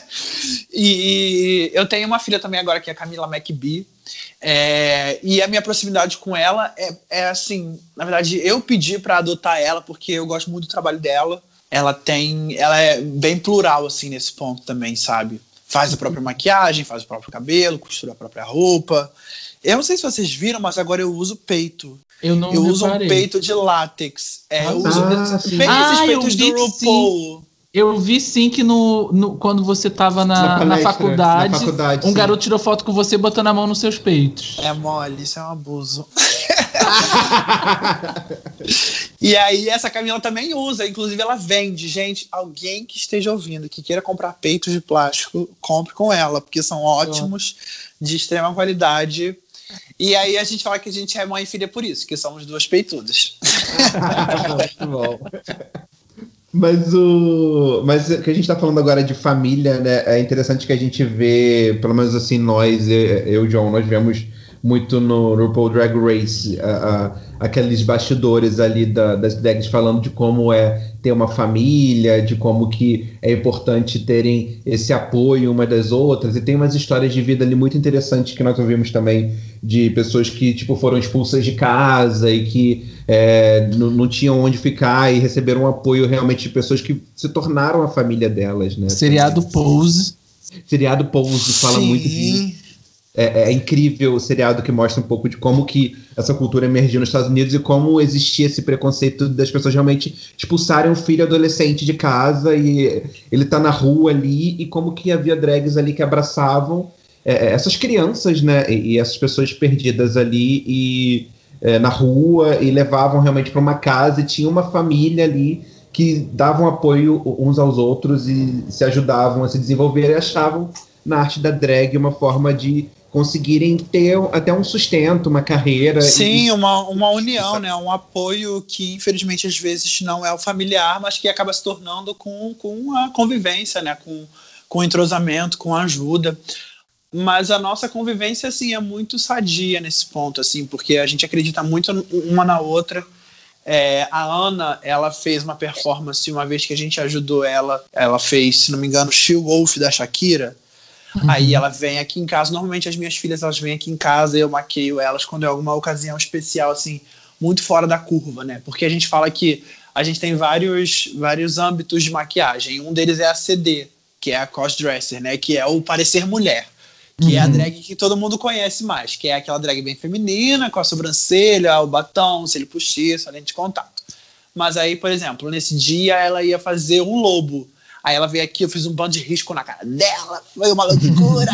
E eu tenho uma filha também agora, que é a Camila McBee. É, e a minha proximidade com ela é, é assim, na verdade, eu pedi pra adotar ela, porque eu gosto muito do trabalho dela. Ela tem. Ela é bem plural, assim, nesse ponto também, sabe? Faz a própria maquiagem, faz o próprio cabelo, costura a própria roupa. Eu não sei se vocês viram, mas agora eu uso peito. Eu não Eu reparei. uso um peito de látex. É, eu uso Ah, bem ah, esses eu peitos vi do que RuPaul. Eu vi sim que no, no, quando você tava na, Na na, palestra, faculdade, na faculdade, um sim. garoto tirou foto com você botando a mão nos seus peitos. É mole, isso é um abuso. E aí essa Camila também usa, inclusive ela vende. Gente, alguém que esteja ouvindo, que queira comprar peitos de plástico, compre com ela, porque são ótimos, de extrema qualidade. E aí a gente fala que a gente é mãe e filha por isso, que somos duas peitudas. Muito bom. Mas o. Mas o que a gente tá falando agora de família, né? É interessante que a gente vê, pelo menos assim, nós, eu e o John, nós vemos muito no RuPaul Drag Race, a, a, aqueles bastidores ali da, das drags falando de como é ter uma família, de como que é importante terem esse apoio uma das outras, e tem umas histórias de vida ali muito interessantes que nós ouvimos também, de pessoas que tipo, foram expulsas de casa e que é, não, não tinham onde ficar e receberam um apoio realmente de pessoas que se tornaram a família delas, né? Seriado Pose. Seriado Pose fala Sim. muito de... É, é incrível o seriado que mostra um pouco de como que essa cultura emergiu nos Estados Unidos e como existia esse preconceito das pessoas realmente expulsarem um filho adolescente de casa e ele tá na rua ali, e como que havia drags ali que abraçavam é, essas crianças, né, e, e essas pessoas perdidas ali e, é, na rua, e levavam realmente para uma casa, e tinha uma família ali que davam apoio uns aos outros e se ajudavam a se desenvolver, e achavam na arte da drag uma forma de conseguirem ter até um sustento, uma carreira. Sim, e... uma, uma união, né? Um apoio que, infelizmente, às vezes não é o familiar, mas que acaba se tornando com, com a convivência, né? Com, com o entrosamento, com a ajuda. Mas a nossa convivência, assim, é muito sadia nesse ponto, assim, porque a gente acredita muito uma na outra. É, a Ana, ela fez uma performance uma vez que a gente ajudou ela, ela fez, se não me engano, She Wolf da Shakira. Uhum. Aí ela vem aqui em casa, normalmente as minhas filhas elas vêm aqui em casa e eu maqueio elas quando é alguma ocasião especial, assim, muito fora da curva, né? Porque a gente fala que a gente tem vários, vários âmbitos de maquiagem. Um deles é a C D, que é a crossdresser, né? Que é o parecer mulher, que uhum. é a drag que todo mundo conhece mais, que é aquela drag bem feminina, com a sobrancelha, o batom, o cílio postiço, a lente de contato. Mas aí, por exemplo, nesse dia ela ia fazer um lobo. Aí ela veio aqui, eu fiz um bando de risco na cara dela, foi uma loucura.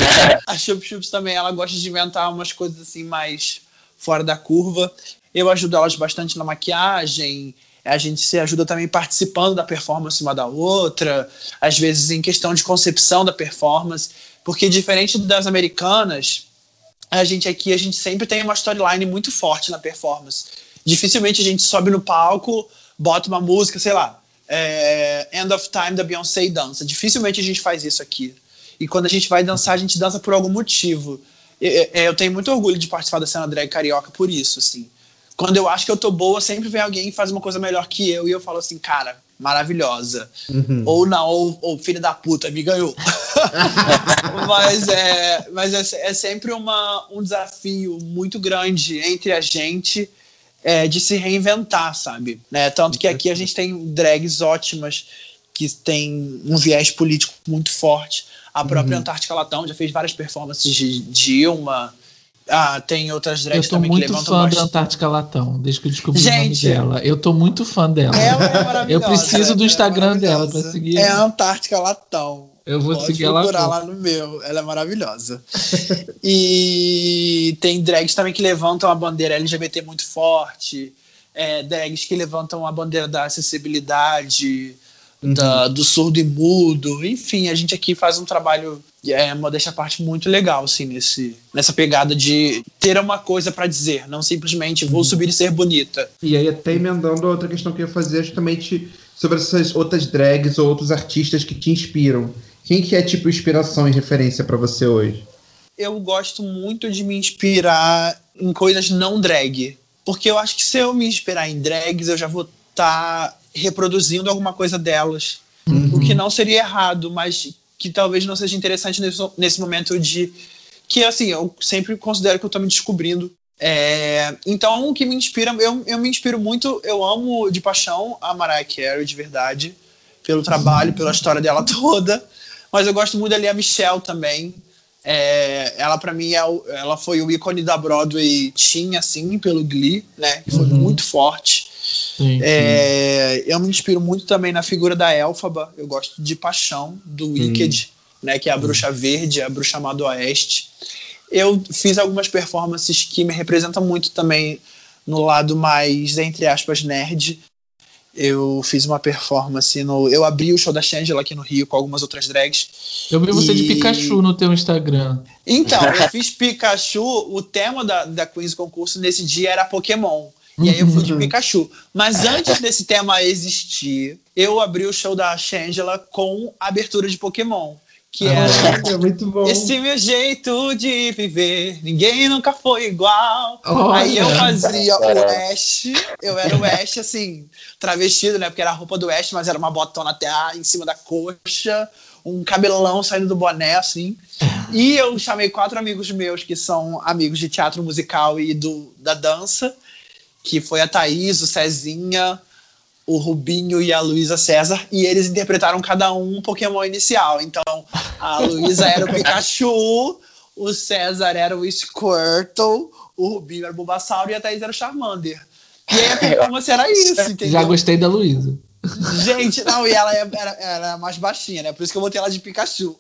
A Chup Chups também, ela gosta de inventar umas coisas assim mais fora da curva. Eu ajudo elas bastante na maquiagem, a gente se ajuda também participando da performance uma da outra, às vezes em questão de concepção da performance, porque diferente das americanas, a gente aqui, a gente sempre tem uma storyline muito forte na performance. Dificilmente a gente sobe no palco, bota uma música, sei lá, É, End of Time da Beyoncé e dança. Dificilmente a gente faz isso aqui. E quando a gente vai dançar, a gente dança por algum motivo. Eu, eu tenho muito orgulho de participar da cena drag carioca por isso, assim. Quando eu acho que eu tô boa, sempre vem alguém e faz uma coisa melhor que eu, e eu falo assim, cara, maravilhosa. Uhum. Ou não, ou, ou filho da puta, me ganhou. mas é, mas é, é sempre uma, um desafio muito grande entre a gente é, de se reinventar, sabe? Né? Tanto que aqui a gente tem drags ótimas que tem um viés político muito forte. A própria uhum. Antártica Latão já fez várias performances de Dilma. Ah, tem outras drags também que levantam bastante. Eu tô muito fã da Antártica Latão, desde que eu descobri Gente, o nome dela. Eu tô muito fã dela. Ela é maravilhosa. Eu preciso do Instagram é dela pra seguir. É a Antártica Latão. Eu vou Pode seguir ela. procurar lá no meu. Ela é maravilhosa. E tem drags também que levantam a bandeira L G B T muito forte. É, drags que levantam a bandeira da acessibilidade, uhum. da, do surdo e mudo. Enfim, a gente aqui faz um trabalho... É, modéstia à parte, muito legal, assim, nesse, nessa pegada de ter uma coisa pra dizer, não simplesmente vou subir e ser bonita. E aí, até emendando a outra questão que eu ia fazer, é justamente sobre essas outras drags ou outros artistas que te inspiram. Quem que é, tipo, inspiração e referência pra você hoje? Eu gosto muito de me inspirar em coisas não drag, porque eu acho que se eu me inspirar em drags, eu já vou estar tá reproduzindo alguma coisa delas, uhum. o que não seria errado, mas... que talvez não seja interessante nesse, nesse momento de... Que, assim, eu sempre considero que eu tô me descobrindo. É, então, o que me inspira... Eu, eu me inspiro muito... Eu amo de paixão a Mariah Carey, de verdade. Pelo trabalho, pela história dela toda. Mas eu gosto muito da Lea Michele também. É, ela, pra mim, é o, ela foi o ícone da Broadway teen, assim, pelo Glee, né? Que foi uhum. muito forte. Sim, é, sim. Eu me inspiro muito também na figura da Elphaba. Eu gosto de paixão do Wicked, né, que é a bruxa verde, a bruxa má do oeste. Eu fiz algumas performances que me representam muito também no lado mais, entre aspas, nerd. Eu fiz uma performance no... Eu abri o show da Shangela aqui no Rio com algumas outras drags. Eu vi você e... de Pikachu no teu Instagram. Então, eu fiz Pikachu. O tema da, da Queen's Concurso nesse dia era Pokémon. E aí eu fui de Pikachu. Mas antes desse tema existir, eu abri o show da Shangela com a abertura de Pokémon. Que era é muito bom. Esse meu jeito de viver, ninguém nunca foi igual. Oh, aí eu fazia o Ash, eu era o Ash, assim, travestido, né? Porque era a roupa do Ash, mas era uma botona até em cima da coxa, um cabelão saindo do boné, assim. E eu chamei quatro amigos meus, que são amigos de teatro musical e do, da dança, que foi a Thaís, o Cezinha, o Rubinho e a Luísa César, e eles interpretaram cada um um Pokémon inicial. Então, a Luísa era o Pikachu, o César era o Squirtle, o Rubinho era o Bulbasaur e a Thaís era o Charmander. E aí a performance era isso, entendeu? Já gostei da Luísa. Gente, não, e ela era, era mais baixinha, né? Por isso que eu botei ela de Pikachu.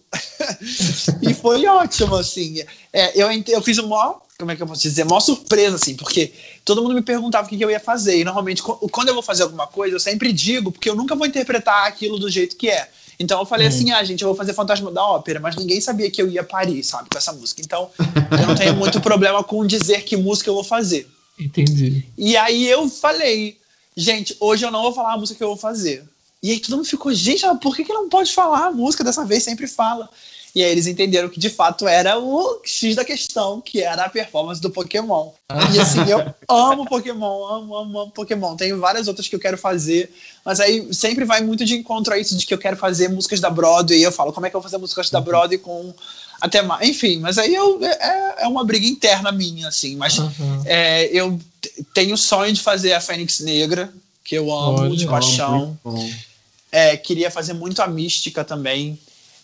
E foi ótimo, assim. É, eu, eu fiz o maior, como é que eu posso dizer, maior surpresa, assim, porque todo mundo me perguntava o que, que eu ia fazer. E normalmente, quando eu vou fazer alguma coisa, eu sempre digo, porque eu nunca vou interpretar aquilo do jeito que é. Então eu falei hum. assim, ah, gente, eu vou fazer Fantasma da Ópera, mas ninguém sabia que eu ia parir, sabe, com essa música. Então eu não tenho muito problema com dizer que música eu vou fazer. Entendi. E aí eu falei, gente, hoje eu não vou falar a música que eu vou fazer. E aí todo mundo ficou, gente, por que que não pode falar a música dessa vez? Sempre fala. E aí eles entenderam que de fato era o X da questão, que era a performance do Pokémon. E assim, eu amo Pokémon, amo, amo, amo Pokémon. Tenho várias outras que eu quero fazer, mas aí sempre vai muito de encontro a isso de que eu quero fazer músicas da Broadway. E eu falo, como é que eu vou fazer músicas da Broadway com até mais? Enfim, mas aí eu, é, é uma briga interna minha, assim. Mas uhum. é, eu tenho o sonho de fazer a Fênix Negra, que eu amo, Olha, de paixão. É, queria fazer muito a Mística também.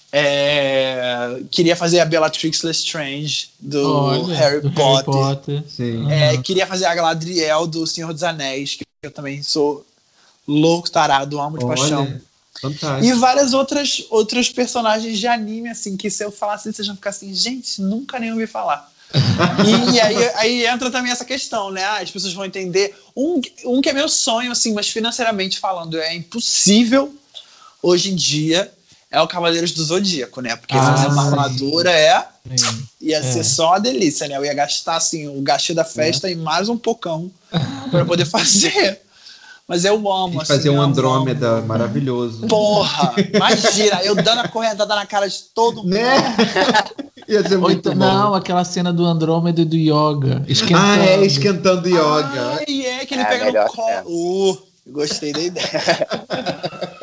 É, queria fazer a Bellatrix Lestrange do, Olha, Harry, do Potter. Harry Potter. Sim. É, uhum. Queria fazer a Galadriel do Senhor dos Anéis, que eu também sou louco, tarado, amo de Olha, paixão. Fantástico. E várias outras, outras personagens de anime, assim, que se eu falasse, vocês vão ficar assim, gente, nunca nem ouvi falar. e, e aí, aí entra também essa questão, né? Ah, as pessoas vão entender. Um, um que é meu sonho, assim, mas financeiramente falando, é impossível hoje em dia. É o Cavaleiros do Zodíaco, né? Porque ah, fazer uma armadura é... Sim. Ia ser é. só uma delícia, né? Eu ia gastar, assim, o gasto da festa é. e mais um pocão pra poder fazer. Mas eu amo, assim. Fazer um Andrômeda amo. Maravilhoso. Porra! Imagina, eu dando a correntada na cara de todo mundo. Né? Ia ser muito Ou, bom. Não, aquela cena do Andrômeda e do Yoga. Esquentando. Ah, é, esquentando Yoga. Ah, e é que ele é, pega no colo. Uh, gostei da ideia.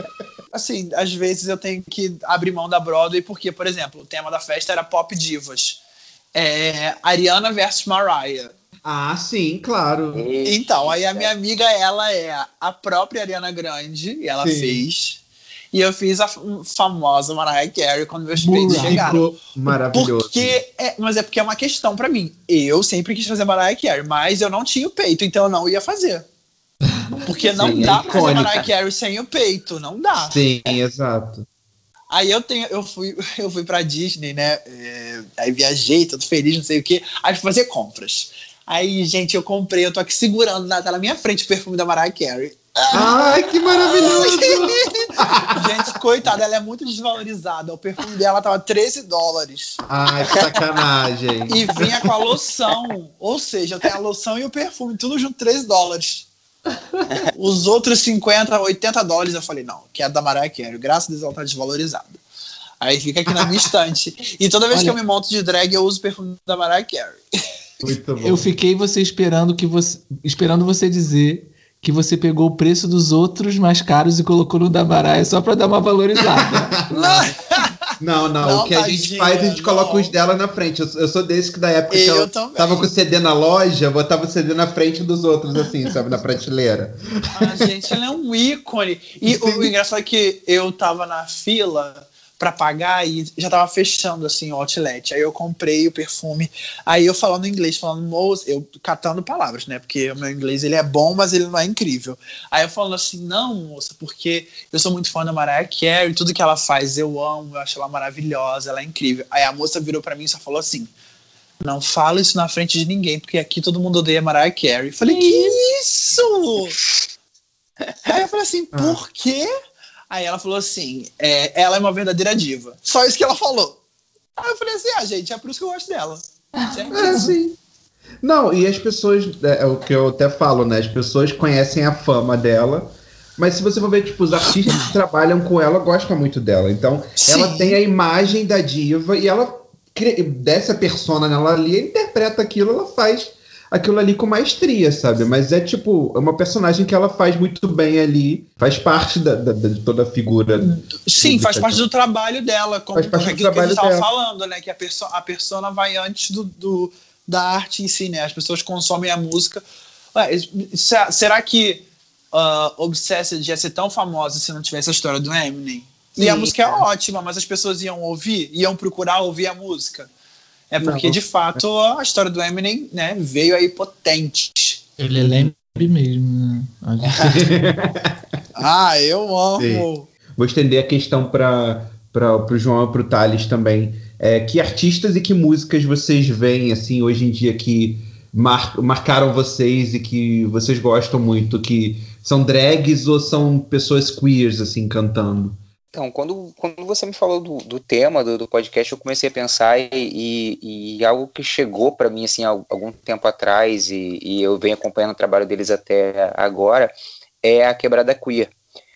assim, às vezes eu tenho que abrir mão da Broadway, porque, por exemplo, o tema da festa era Pop Divas. É, Ariana versus Mariah. Ah, sim, claro. Então, aí a minha amiga, ela é a própria Ariana Grande, e ela Sim. fez. E eu fiz a famosa Mariah Carey quando meus peitos chegaram. Ficou maravilhoso. Porque é, mas é porque é uma questão pra mim. Eu sempre quis fazer Mariah Carey, mas eu não tinha o peito, então eu não ia fazer. Porque não Sim, dá é pra fazer icônica. Mariah Carey sem o peito, não dá. Sim, exato. Aí eu tenho, eu fui, eu fui pra Disney, né? É, aí viajei, todo feliz, não sei o quê. Aí fui fazer compras. Aí, gente, eu comprei, eu tô aqui segurando, tá na minha frente o perfume da Mariah Carey. Ai, que maravilhoso! Gente, coitada, ela é muito desvalorizada. O perfume dela tava treze dólares. Ai, que sacanagem. E vinha com a loção. Ou seja, eu tenho a loção e o perfume, tudo junto, treze dólares. Os outros cinquenta, oitenta dólares, eu falei, não, que é da Mariah Carey. Graças a Deus ela tá desvalorizada. Aí fica aqui na minha estante. E toda vez Olha, que eu me monto de drag, eu uso o perfume da Mariah Carey. Muito bom. Eu fiquei você esperando que você esperando você dizer que você pegou o preço dos outros mais caros e colocou no da Mariah só pra dar uma valorizada. Não, não, Não, o que a gente tadinha, faz, a gente não. coloca os dela na frente. Eu, eu sou desse que da época que Eu eu também. tava com o C D na loja, botava o C D na frente dos outros, assim, sabe, na prateleira. Ah, gente, ela é um ícone. E o, o engraçado é que eu tava na fila pra pagar e já tava fechando, assim, o outlet. Aí eu comprei o perfume. Aí eu falando inglês, falando, moça, eu catando palavras, né? Porque o meu inglês, ele é bom, mas ele não é incrível. Aí eu falando assim, não, moça, porque eu sou muito fã da Mariah Carey, tudo que ela faz eu amo, eu acho ela maravilhosa, ela é incrível. Aí a moça virou pra mim e só falou assim, não fala isso na frente de ninguém, porque aqui todo mundo odeia Mariah Carey. Eu falei, que isso? Aí eu falei assim, por quê? Aí ela falou assim, é, ela é uma verdadeira diva. Só isso que ela falou. Aí eu falei assim, ah, gente, é por isso que eu gosto dela. É, sim. Não, e as pessoas, é, é o que eu até falo, né? As pessoas conhecem a fama dela, mas se você for ver, tipo, os artistas que trabalham com ela gostam muito dela. Então, Sim. ela tem a imagem da diva e ela dessa persona nela ali, ela interpreta aquilo, ela faz aquilo ali com maestria, sabe? Mas é tipo, é uma personagem que ela faz muito bem ali, faz parte da, da, de toda a figura. Sim, faz parte do trabalho dela, como Faz parte do aquilo que a gente trabalho estava dela. falando, né? Que a, perso a persona vai antes do, do, da arte em si, né? As pessoas consomem a música. Ué, se- será que uh, Obsessed ia ser tão famosa se não tivesse a história do Eminem? E a Sim, música é é. ótima, mas as pessoas iam ouvir, iam procurar ouvir a música. É porque, Não. de fato, a história do Eminem, né, veio aí potente. Ele é lembre mesmo, né? A gente- Ah, eu amo. Sim. Vou estender a questão para o João e para o Thales também. É, que artistas e que músicas vocês veem assim, hoje em dia que mar, marcaram vocês e que vocês gostam muito? Que são drags ou são pessoas queers assim, cantando? Então, quando, quando você me falou do, do tema do, do podcast, eu comecei a pensar e, e, e algo que chegou para mim assim, há algum tempo atrás e, e eu venho acompanhando o trabalho deles até agora, é a Quebrada Queer.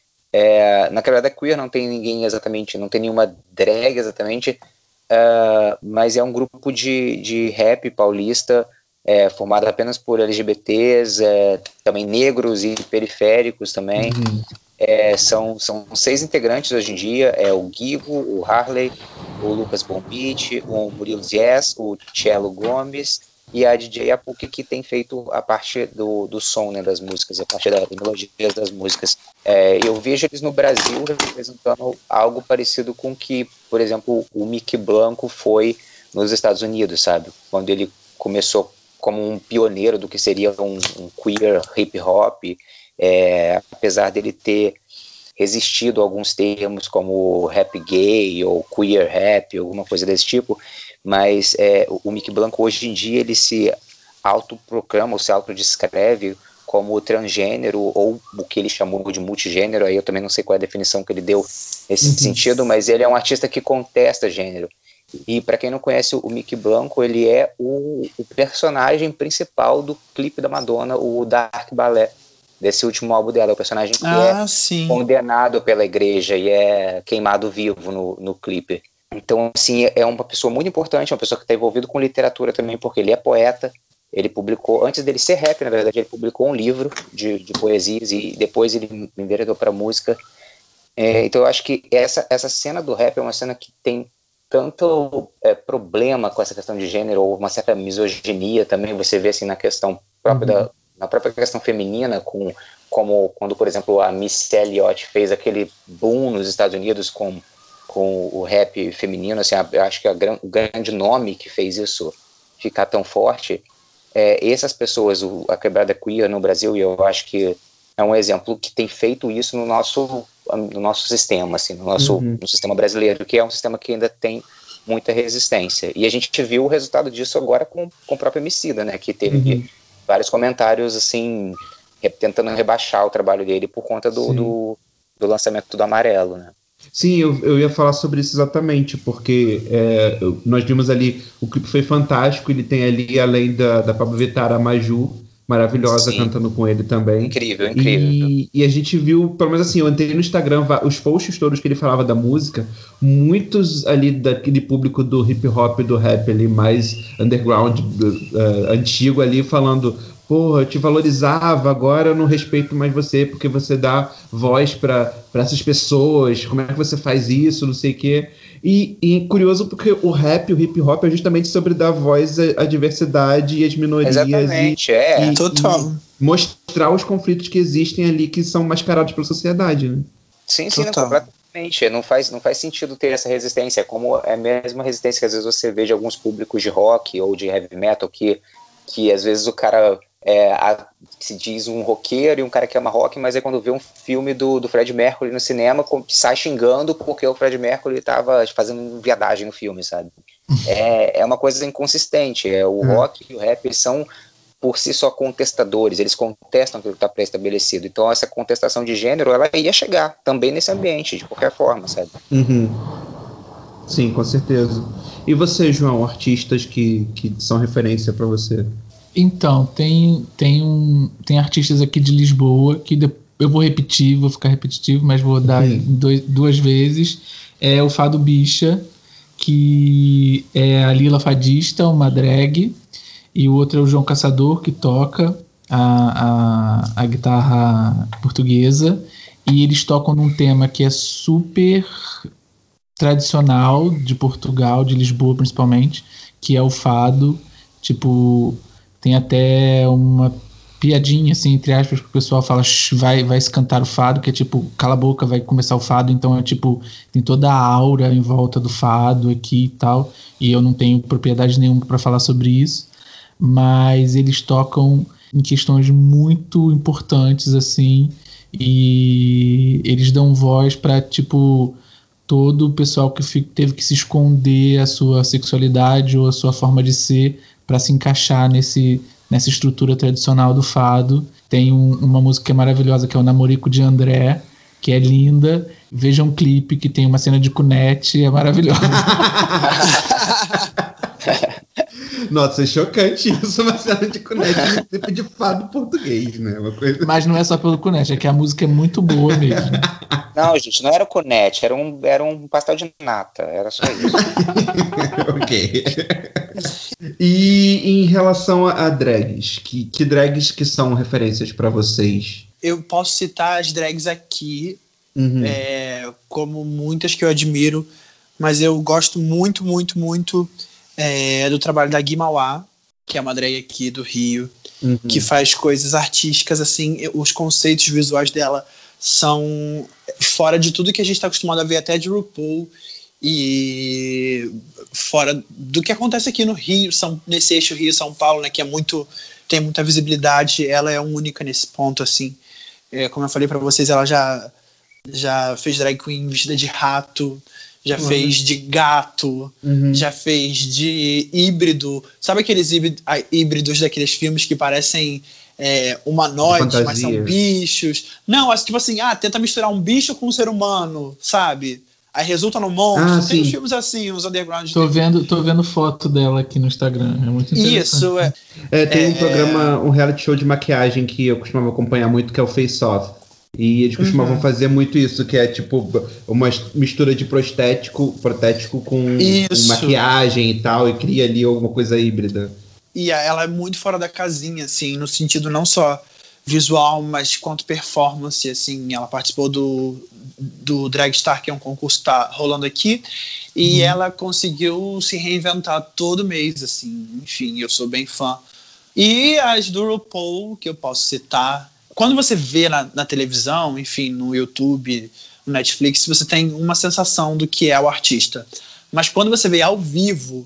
É, na Quebrada Queer não tem ninguém exatamente, não tem nenhuma drag exatamente, uh, mas é um grupo de, de rap paulista é, formado apenas por L G B Ts, é, também negros e periféricos também. Uhum. É, são, são seis integrantes hoje em dia, é o Guigo, o Harley, o Lucas Bombite, o Murilo Dias, o Cello Gomes e a D J Apuki, que tem feito a parte do, do som, né, das músicas, a parte das melodias das músicas. É, eu vejo eles no Brasil representando algo parecido com que, por exemplo, o Mickey Blanco foi nos Estados Unidos, sabe? Quando ele começou como um pioneiro do que seria um, um queer hip hop. É, apesar dele ter resistido a alguns termos como rap gay ou queer rap, alguma coisa desse tipo, mas é, o Mickey Blanco hoje em dia ele se autoproclama ou se autodescreve como transgênero ou o que ele chamou de multigênero, aí eu também não sei qual é a definição que ele deu nesse uhum. sentido, mas ele é um artista que contesta gênero. E para quem não conhece o Mickey Blanco, ele é o, o personagem principal do clipe da Madonna, o Dark Ballet, desse último álbum dela, o personagem que ah, é sim. condenado pela igreja e é queimado vivo no, no clipe. Então, assim, é uma pessoa muito importante, uma pessoa que está envolvida com literatura também, porque ele é poeta, ele publicou, antes dele ser rap, na verdade, ele publicou um livro de, de poesias e depois ele enveredou para música. É, então eu acho que essa, essa cena do rap é uma cena que tem tanto é, problema com essa questão de gênero, ou uma certa misoginia também, você vê assim na questão própria, uhum. da, na própria questão feminina, com, como quando, por exemplo, a Missy Elliott fez aquele boom nos Estados Unidos com, com o rap feminino, assim, eu acho que a, o grande nome que fez isso ficar tão forte, é, essas pessoas, o, a quebrada queer no Brasil, e eu acho que é um exemplo que tem feito isso no nosso, no nosso sistema, assim, no nosso uhum. no sistema brasileiro, que é um sistema que ainda tem muita resistência. E a gente viu o resultado disso agora com, com o próprio Emicida, né, que teve uhum. vários comentários, assim, tentando rebaixar o trabalho dele por conta do, do, do lançamento do Amarelo, né. Sim, eu, eu ia falar sobre isso exatamente, porque é, nós vimos ali, o clipe foi fantástico, ele tem ali, além da, da Pablo Vittar, a Maju, maravilhosa, Sim. cantando com ele também. Incrível, incrível. E, e a gente viu, pelo menos assim, eu entrei no Instagram, os posts todos que ele falava da música, muitos ali daquele público do hip hop, do rap ali, mais underground, uh, antigo ali, falando, porra, eu te valorizava, agora eu não respeito mais você, porque você dá voz para essas pessoas, como é que você faz isso, não sei o quê. E, e curioso porque o rap, o hip hop é justamente sobre dar voz à, à diversidade e às minorias. Exatamente, e, é. E, Total. E mostrar os conflitos que existem ali, que são mascarados pela sociedade, né? Sim, sim, não, completamente. Não faz, não faz sentido ter essa resistência, como é a mesma resistência que às vezes você vê de alguns públicos de rock ou de heavy metal, que, que às vezes o cara é, a, se diz um roqueiro e um cara que ama rock, mas aí quando vê um filme do, do Freddie Mercury no cinema, sai xingando porque o Freddie Mercury estava fazendo viadagem no filme, sabe? É, é uma coisa inconsistente. É, o rock e o rap, eles são por si só contestadores, eles contestam aquilo que está pré-estabelecido. Então essa contestação de gênero, ela ia chegar também nesse ambiente, de qualquer forma, sabe? Uhum. Sim, com certeza. E você, João, artistas que, que são referência para você? Então, tem, tem, um, tem artistas aqui de Lisboa que de, eu vou repetir, vou ficar repetitivo, mas vou dar uhum. dois, duas vezes. É o Fado Bicha, que é a Lila Fadista, uma drag, e o outro é o João Caçador, que toca a, a, a guitarra portuguesa, e eles tocam num tema que é super tradicional de Portugal, de Lisboa principalmente, que é o fado. Tipo, tem até uma piadinha, assim, entre aspas, que o pessoal fala, vai, vai se cantar o fado, que é tipo, cala a boca, vai começar o fado. Então é tipo, tem toda a aura em volta do fado aqui e tal, e eu não tenho propriedade nenhuma para falar sobre isso, mas eles tocam em questões muito importantes, assim, e eles dão voz para, tipo, todo o pessoal que fica, teve que se esconder a sua sexualidade ou a sua forma de ser para se encaixar nesse, nessa estrutura tradicional do fado. Tem um, uma música que é maravilhosa, que é o Namorico de André, que é linda. Veja um clipe que tem uma cena de cunete, é maravilhosa. Nossa, é chocante isso, uma cena de cunete no clipe de fado português, né? Uma coisa... Mas não é só pelo cunete, é que a música é muito boa mesmo. Não, gente, não era o cunete, era um, era um pastel de nata, era só isso. Ok. E em relação a drags, que, que drags que são referências para vocês? Eu posso citar as drags aqui, uhum. é, como muitas que eu admiro, mas eu gosto muito, muito, muito é, do trabalho da Gui Mauá, que é uma drag aqui do Rio, uhum. que faz coisas artísticas, assim, os conceitos visuais dela são fora de tudo que a gente está acostumado a ver, até de RuPaul, e fora do que acontece aqui no Rio, São, nesse eixo Rio-São Paulo, né, que é muito, tem muita visibilidade. Ela é única nesse ponto, assim. É, como eu falei pra vocês, ela já, já fez drag queen vestida de rato, já uhum. fez de gato, uhum. já fez de híbrido. Sabe aqueles híbridos daqueles filmes que parecem é, humanoides, mas são bichos? Não, tipo assim, ah, tenta misturar um bicho com um ser humano, sabe? Aí resulta no monstro. Ah, tem uns filmes assim, uns underground. Tô vendo, tô vendo foto dela aqui no Instagram. É muito interessante. Isso, é. é tem é, um programa, um reality show de maquiagem que eu costumava acompanhar muito, que é o Face Off. E eles costumavam uhum. fazer muito isso, que é tipo uma mistura de prostético, protético com, com maquiagem e tal, e cria ali alguma coisa híbrida. E ela é muito fora da casinha, assim, no sentido não só visual, mas quanto performance, assim, ela participou do, do Dragstar, que é um concurso que tá rolando aqui, e uhum. ela conseguiu se reinventar todo mês, assim, enfim, eu sou bem fã. E as do RuPaul, que eu posso citar, quando você vê na, na televisão, enfim, no YouTube, no Netflix, você tem uma sensação do que é o artista. Mas quando você vê ao vivo,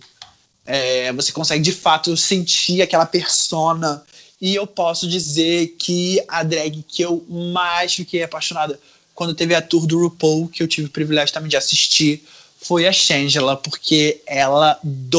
é, você consegue de fato sentir aquela persona. E eu posso dizer que a drag que eu mais fiquei apaixonada quando teve a tour do RuPaul, que eu tive o privilégio também de assistir, foi a Shangela, porque ela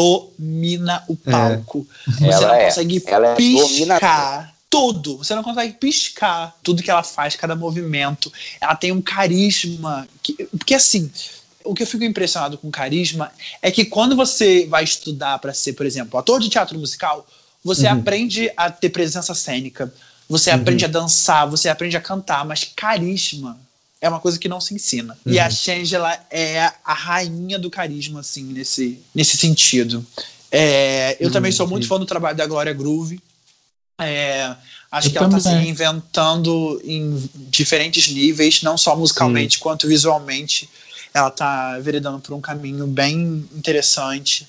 domina o palco. É. Você ela não é. consegue ela piscar. É tudo, você não consegue piscar tudo que ela faz, cada movimento. Ela tem um carisma que, porque assim, o que eu fico impressionado com carisma é que quando você vai estudar para ser, por exemplo, ator de teatro musical, você uhum. aprende a ter presença cênica, você uhum. aprende a dançar, você aprende a cantar, mas carisma é uma coisa que não se ensina. Uhum. E a Shangela é a rainha do carisma, assim, nesse, nesse sentido. É, eu uhum. também sou muito fã do trabalho da Glória Groove. É, acho eu que ela está se reinventando em diferentes níveis, não só musicalmente, Sim. quanto visualmente. Ela está veredando por um caminho bem interessante.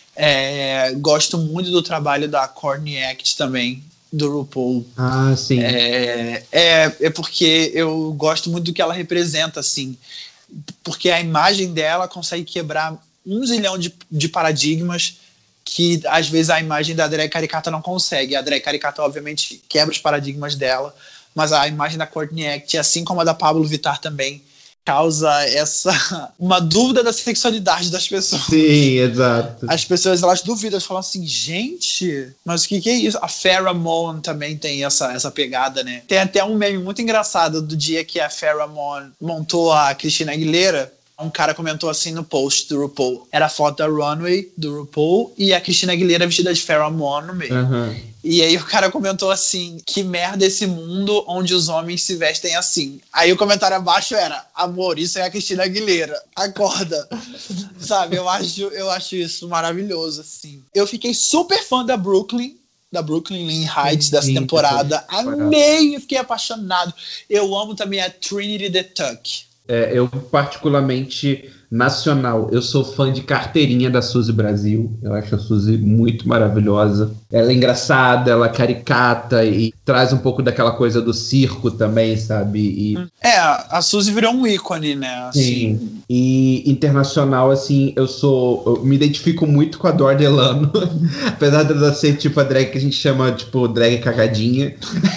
É, gosto muito do trabalho da Courtney Act também, do RuPaul. Ah, sim. É, é, é porque eu gosto muito do que ela representa, assim. Porque a imagem dela consegue quebrar um zilhão de, de paradigmas que às vezes a imagem da drag caricata não consegue. A drag caricata, obviamente, quebra os paradigmas dela, mas a imagem da Courtney Act, assim como a da Pablo Vittar também, causa essa uma dúvida da sexualidade das pessoas. Sim, exato. As pessoas, elas duvidam, elas falam assim, gente, mas o que, que é isso? A Farrah Moan também tem essa, essa pegada, né? Tem até um meme muito engraçado do dia que a Farrah Moan montou a Christina Aguilera. Um cara comentou assim no post do RuPaul. Era a foto da runway do RuPaul e a Christina Aguilera vestida de Farrah Moan no meio. Uhum. E aí o cara comentou assim, que merda esse mundo onde os homens se vestem assim. Aí o comentário abaixo era, amor, isso é a Christina Aguilera, acorda. Sabe, eu acho, eu acho isso maravilhoso, assim. Eu fiquei super fã da Brooklyn, da Brooklyn Lynn Heights sim, dessa sim, temporada. Amei, fiquei apaixonado. Eu amo também a Trinity the Tuck. É, eu, particularmente, nacional, eu sou fã de carteirinha da Suzy Brasil. Eu acho a Suzy muito maravilhosa. Ela é engraçada, ela é caricata e traz um pouco daquela coisa do circo também, sabe? E... É, a Suzy virou um ícone, né? Assim. Sim. E internacional, assim, eu sou... Eu me identifico muito com a Dor Delano. Apesar dela ser, tipo, a drag que a gente chama, tipo, drag cagadinha.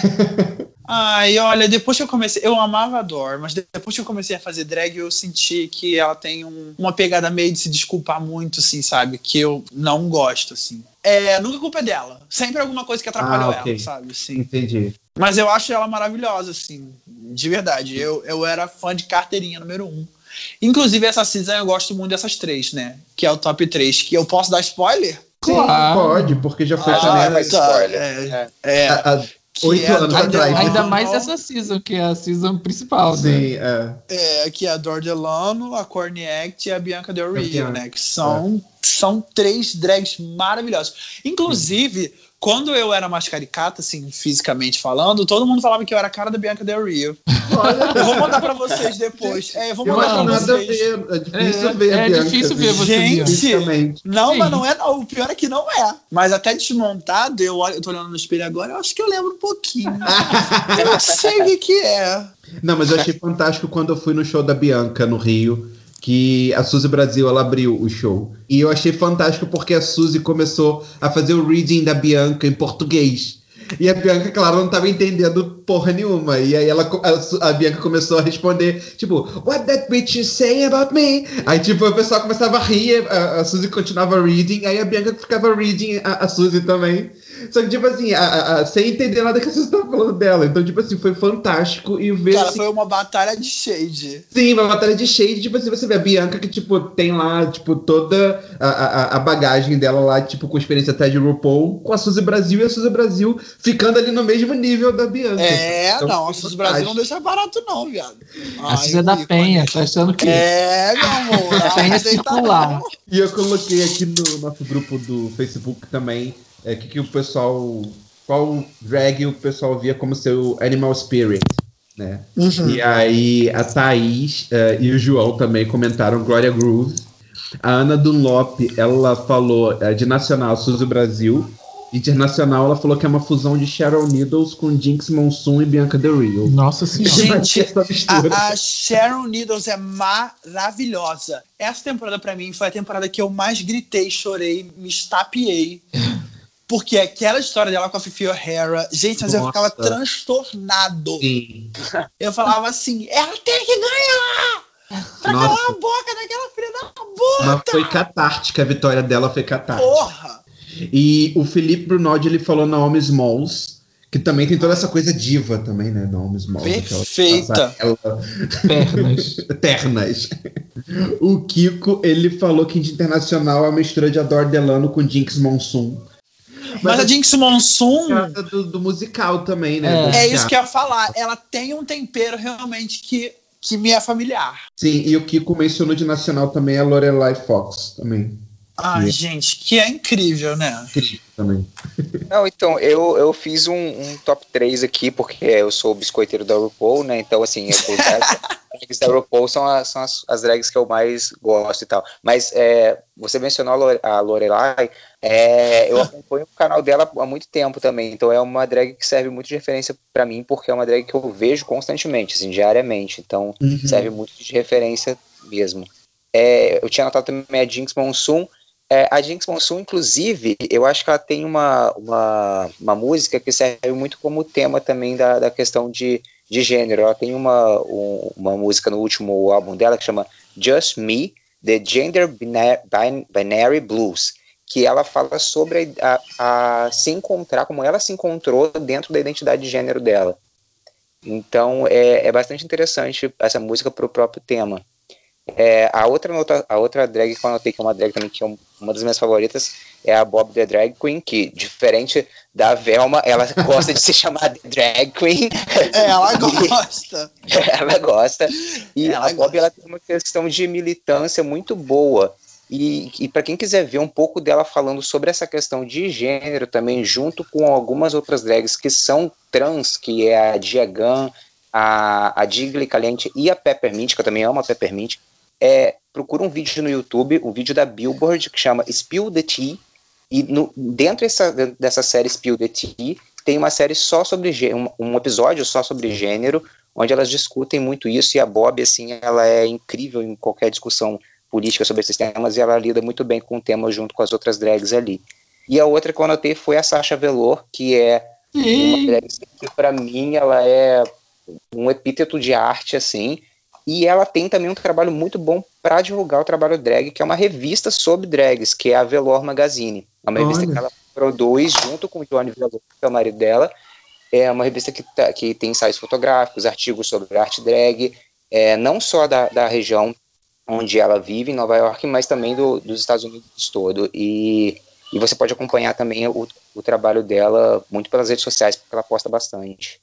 Ai, olha, depois que eu comecei... Eu amava a Dor, mas depois que eu comecei a fazer drag, eu senti que ela tem um, uma pegada meio de se desculpar muito, assim, sabe? Que eu não gosto, assim. É, nunca a culpa é dela. Sempre alguma coisa que atrapalhou ah, okay. ela, sabe? Assim. Entendi. Mas eu acho ela maravilhosa, assim. De verdade. Eu, eu era fã de carteirinha número um. Inclusive, essa season eu gosto muito dessas três, né? Que é o top três. Que eu posso dar spoiler? Claro. Sim, pode, porque já foi ah, janeiro. Tá, spoiler. É, é. é. A, a... Oito anos atrás. Ainda mais essa season, que é a season principal, Sim, né? é. É, que é a Dor Delano, a Courtney Act e a Bianca Del Rio, né? Que são, é. são três drags maravilhosas. Inclusive, Sim. quando eu era mais caricata, assim, fisicamente falando, todo mundo falava que eu era a cara da Bianca Del Rio. Olha, eu vou mandar pra vocês depois. É, eu vou mandar eu pra vocês. Ver. É difícil é, ver a é Bianca. É difícil ver você. Gente, não, Sim. mas não é não. O pior é que não é. Mas até desmontado, eu, olho, eu tô olhando no espelho agora, eu acho que eu lembro um pouquinho. Eu não sei o que que é. Não, mas eu achei fantástico quando eu fui no show da Bianca, no Rio, que a Suzy Brasil, ela abriu o show. E eu achei fantástico porque a Suzy começou a fazer o reading da Bianca em português. E a Bianca, claro, não estava entendendo porra nenhuma. E aí ela, a, a Bianca começou a responder, tipo, what that bitch is saying about me? Aí, tipo, o pessoal começava a rir, a, a Suzy continuava reading, aí a Bianca ficava reading a, a Suzy também. Só que, tipo assim, a, a, a, sem entender nada que a Suzy estava falando dela. Então, tipo assim, foi fantástico. E ver, Cara, assim, foi uma batalha de shade. Sim, uma batalha de shade. Tipo assim, você vê a Bianca que, tipo, tem lá, tipo, toda a, a, a bagagem dela lá, tipo, com experiência até de RuPaul, com a Suzy Brasil e a Suzy Brasil ficando ali no mesmo nível da Bianca. É, então, não, a Suzy Brasil não deixa barato não, viado. A Suzy é da Penha, tá achando que... É, meu amor. A Penha circular. E eu coloquei aqui no nosso grupo do Facebook também, é, que, que o pessoal qual drag o pessoal via como seu animal spirit, né? Uhum. E aí a Thaís uh, e o João também comentaram Gloria Groove. A Ana Dunlop, ela falou uh, de nacional Suzy Brasil. Internacional, ela falou que é uma fusão de Sharon Needles com Jinx Monsoon e Bianca Del Rio. Nossa senhora. Gente, a, a Sharon Needles é maravilhosa. Essa temporada, pra mim, foi a temporada que eu mais gritei, chorei, me estapeei. Porque aquela história dela com a Fifi O'Hara, gente, mas Nossa. eu ficava transtornado. Sim. Eu falava assim, ela tem que ganhar! Pra Nossa. calar a boca daquela filha da puta! Mas foi catártica, a vitória dela foi catártica. Porra! E o Felipe Brunod, ele falou Naomi Smalls, que também tem toda essa coisa diva também, né? Naomi Smalls. Perfeita. Ela... Ternas. Ternas. O Kiko, ele falou que de internacional é uma mistura de Adore Delano com Jinx Monsoon. Mas, Mas a Jinx Monsoon... Do, do musical também, né? É, é isso que eu ia falar. Ela tem um tempero realmente que, que me é familiar. Sim, e o Kiko mencionou de nacional também a Lorelai Fox também. Ai, gente, que é incrível, né? Incrível também. Não, então, eu, eu fiz um, um top três aqui, porque eu sou o biscoiteiro da RuPaul, né? Então, assim, as drags da RuPaul são, as, são as, as drags que eu mais gosto e tal. Mas é, você mencionou a Lorelai, é, eu acompanho o canal dela há muito tempo também. Então, é uma drag que serve muito de referência pra mim, porque é uma drag que eu vejo constantemente, assim, diariamente. Então, uhum. serve muito de referência mesmo. É, eu tinha notado também a Jinx Monsoon. É, a Jinx Monsoon, inclusive, eu acho que ela tem uma, uma, uma música que serve muito como tema também da, da questão de, de gênero. Ela tem uma, um, uma música no último álbum dela que chama Just Me, The Gender Binary Blues, que ela fala sobre a, a, a se encontrar, como ela se encontrou dentro da identidade de gênero dela. Então, é, é bastante interessante essa música para o próprio tema. É, a, outra nota, a outra drag que eu anotei, que é uma drag também que é uma das minhas favoritas, é a Bob the Drag Queen, que, diferente da Velma, ela gosta de se chamar de Drag Queen. É, ela gosta. ela gosta. E ela a Bob gosta. Ela tem uma questão de militância muito boa. E, e para quem quiser ver um pouco dela falando sobre essa questão de gênero também, junto com algumas outras drags que são trans, que é a Diagan, a, a Jiggly Caliente e a Peppermint, que eu também amo a Peppermint. É, procura um vídeo no YouTube, um vídeo da Billboard que chama Spill the Tea, e no, dentro dessa, dessa série Spill the Tea tem uma série só sobre um, um episódio só sobre gênero, onde elas discutem muito isso, e a Bob, assim, ela é incrível em qualquer discussão política sobre esses temas, e ela lida muito bem com o tema junto com as outras drags ali. E a outra que eu anotei foi a Sasha Velour, que é uma drag que pra mim ela é um epíteto de arte, assim. E ela tem também um trabalho muito bom para divulgar o trabalho drag, que é uma revista sobre drags, que é a Velour Magazine. É uma revista Olha. que ela produz junto com o Johnny Velour, que é o marido dela. É uma revista que, tá, que tem ensaios fotográficos, artigos sobre arte drag, é, não só da, da região onde ela vive, em Nova York, mas também do, dos Estados Unidos todo. E, e você pode acompanhar também o, o trabalho dela muito pelas redes sociais, porque ela posta bastante.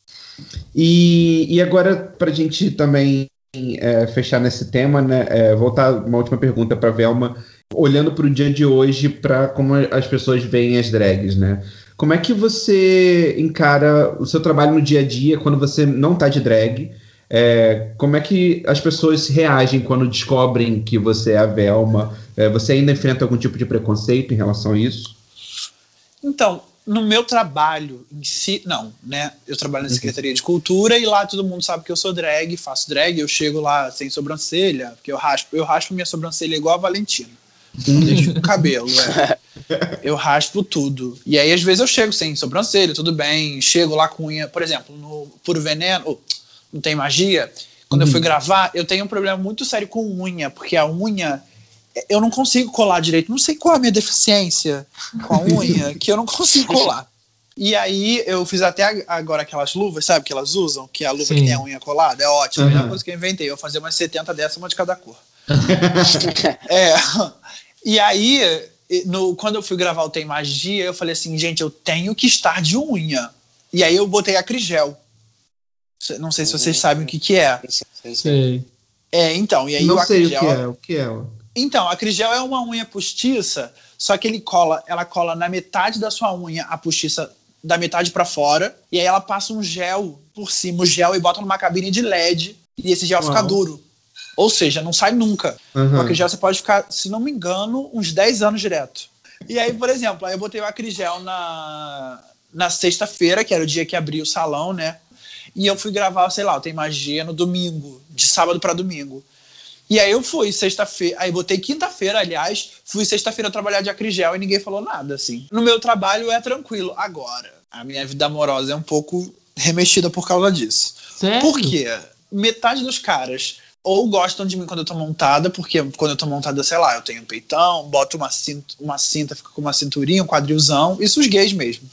E, e agora, para a gente também É, fechar nesse tema, né? É, voltar uma última pergunta para Velma, olhando para o dia de hoje, para como as pessoas veem as drags, né? Como é que você encara o seu trabalho no dia a dia quando você não tá de drag? É, como é que as pessoas reagem quando descobrem que você é a Velma? É, você ainda enfrenta algum tipo de preconceito em relação a isso? Então, no meu trabalho em si, não, né? Eu trabalho na Secretaria de Cultura e lá todo mundo sabe que eu sou drag, faço drag, eu chego lá sem sobrancelha, porque eu raspo, eu raspo minha sobrancelha igual a Valentina. Deixo o cabelo, é. Eu raspo tudo. E aí, às vezes, eu chego sem sobrancelha, tudo bem, chego lá com unha, por exemplo, no Puro Veneno, oh, não tem magia. Quando uhum. eu fui gravar, eu tenho um problema muito sério com unha, porque a unha eu não consigo colar direito, não sei qual é a minha deficiência com a unha, que eu não consigo colar. E aí eu fiz até agora aquelas luvas, sabe, que elas usam, que é a luva Sim. que tem a unha colada, é ótimo, uhum. a melhor coisa que eu inventei, eu vou fazer umas setenta dessas, uma de cada cor. é, e aí, no, quando eu fui gravar o Tem Magia, eu falei assim, gente, eu tenho que estar de unha. E aí eu botei a Crigel. Não sei se vocês uhum. sabem o que que é. Sei. É, então, e aí não o sei Crigel, o que é, o que é. Então, a Crigel é uma unha postiça, só que ele cola, ela cola na metade da sua unha a postiça da metade pra fora, e aí ela passa um gel por cima, o gel, e bota numa cabine de L E D, e esse gel Uau. fica duro. Ou seja, não sai nunca. Uhum. Com acrigel você pode ficar, se não me engano, uns dez anos direto. E aí, por exemplo, aí eu botei o acrigel na, na sexta-feira, que era o dia que abri o salão, né? E eu fui gravar, sei lá, eu tenho magia no domingo, de sábado pra domingo. E aí eu fui sexta-feira, aí botei quinta-feira, aliás, fui sexta-feira trabalhar de acrigel e ninguém falou nada, assim. No meu trabalho é tranquilo. Agora, a minha vida amorosa é um pouco remexida por causa disso. Sério? Por quê? Metade dos caras ou gostam de mim quando eu tô montada, porque quando eu tô montada, sei lá, eu tenho um peitão, boto uma cinta, uma cinta fica com uma cinturinha, um quadrilzão, isso os gays mesmo.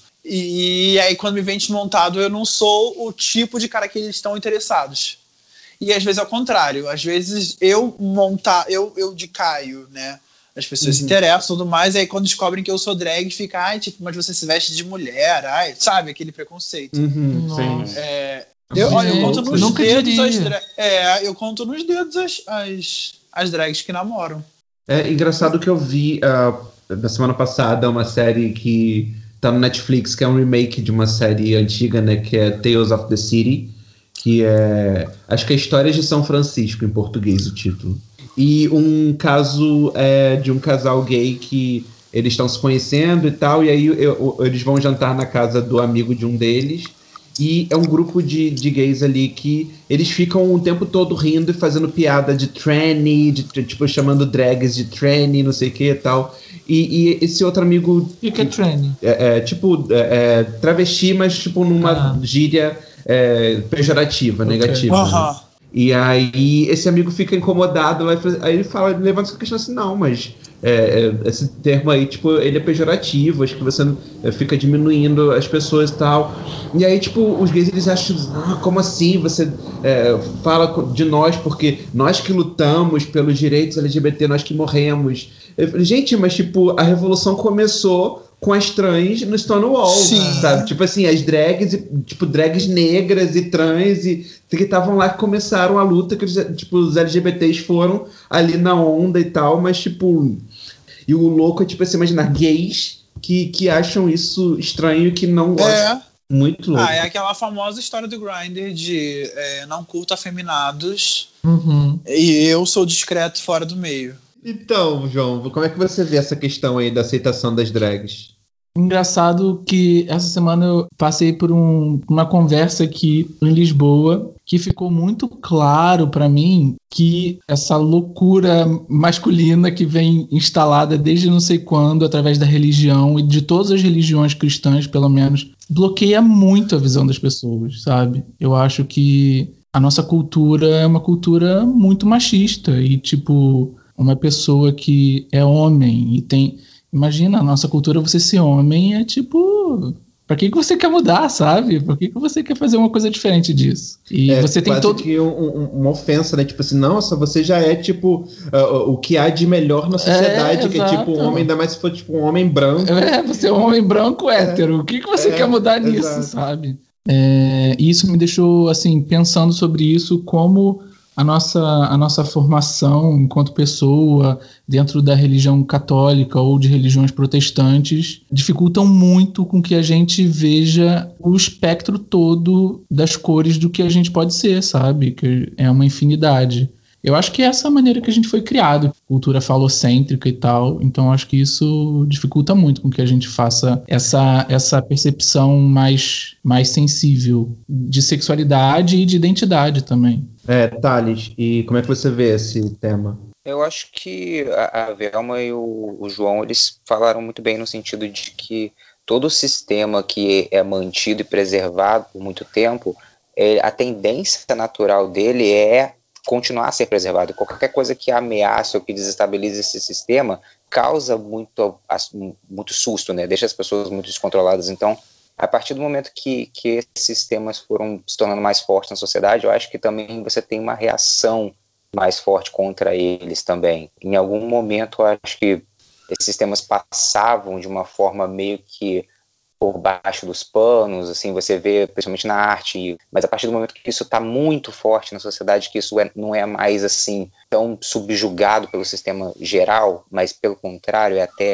E aí quando me vem desmontado, eu não sou o tipo de cara que eles estão interessados. E às vezes é o contrário, às vezes eu montar, eu, eu de Caio, né? As pessoas uhum. se interessam e tudo mais, e aí quando descobrem que eu sou drag, fica, ai, tipo, mas você se veste de mulher, ai, sabe, aquele preconceito. Uhum, sim. É, eu, olha, eu conto nos Nunca dedos as dra- É, eu conto nos dedos as, as, as drags que namoram. É engraçado que eu vi uh, na semana passada uma série que tá no Netflix, que é um remake de uma série antiga, né, que é Tales of the City, que é, acho que é Histórias de São Francisco, em português o título. E um caso é, de um casal gay que eles estão se conhecendo e tal, e aí eu, eu, eles vão jantar na casa do amigo de um deles, e é um grupo de, de gays ali que eles ficam o tempo todo rindo e fazendo piada de tranny, de, tipo, chamando drags de tranny, não sei o que e tal. E, e esse outro amigo... E que é tranny? É, é, tipo, é, é, travesti, mas tipo numa ah. gíria é, pejorativa, okay. negativa. Uh-huh. Né? E aí esse amigo fica incomodado, aí ele fala, ele levanta essa questão assim, não, mas é, esse termo aí, tipo, ele é pejorativo, acho que você é, fica diminuindo as pessoas e tal. E aí, tipo, os gays, eles acham, ah, como assim você é, fala de nós, porque nós que lutamos pelos direitos L G B T, nós que morremos. Eu falei, gente, mas tipo, a revolução começou com as trans no Stonewall, Sim. sabe? Tipo assim, as drags, tipo, drags negras e trans e que estavam lá, que começaram a luta, que tipo, os L G B Ts foram ali na onda e tal, mas tipo... E o louco é, tipo, você imaginar gays que, que acham isso estranho e que não gostam. É. Muito louco. Ah, é aquela famosa história do Grindr de é, não curto afeminados uhum. e eu sou discreto fora do meio. Então, João, como é que você vê essa questão aí da aceitação das drags? Engraçado que essa semana eu passei por um, uma conversa aqui em Lisboa que ficou muito claro para mim que essa loucura masculina que vem instalada desde não sei quando através da religião e de todas as religiões cristãs, pelo menos, bloqueia muito a visão das pessoas, sabe? Eu acho que a nossa cultura é uma cultura muito machista e, tipo, uma pessoa que é homem e tem... Imagina, a nossa cultura, você ser homem é tipo... Pra que, que você quer mudar, sabe? Por que, que você quer fazer uma coisa diferente disso? E é, você tem quase todo... que um, um, uma ofensa, né? Tipo assim, nossa, você já é tipo uh, o que há de melhor na sociedade, é, que é tipo um homem, ainda mais se for tipo um homem branco. É, você é um homem branco hétero. É, o que, que você é, quer mudar nisso, exato. Sabe? É, isso me deixou, assim, pensando sobre isso, como... A nossa, a nossa formação enquanto pessoa dentro da religião católica ou de religiões protestantes dificultam muito com que a gente veja o espectro todo das cores do que a gente pode ser, sabe? Que é uma infinidade. Eu acho que essa é a maneira que a gente foi criado, cultura falocêntrica e tal, então acho que isso dificulta muito com que a gente faça essa, essa percepção mais, mais sensível de sexualidade e de identidade também. É, Thales, e como é que você vê esse tema? Eu acho que a, a Velma e o, o João, eles falaram muito bem no sentido de que todo o sistema que é mantido e preservado por muito tempo, é, a tendência natural dele é continuar a ser preservado. Qualquer coisa que ameace ou que desestabilize esse sistema causa muito, muito susto, né? Deixa as pessoas muito descontroladas. Então, a partir do momento que, que esses sistemas foram se tornando mais fortes na sociedade, eu acho que também você tem uma reação mais forte contra eles também. Em algum momento, eu acho que esses sistemas passavam de uma forma meio que por baixo dos panos, assim, você vê principalmente na arte, mas a partir do momento que isso está muito forte na sociedade, que isso é, não é mais assim tão subjugado pelo sistema geral, mas pelo contrário é até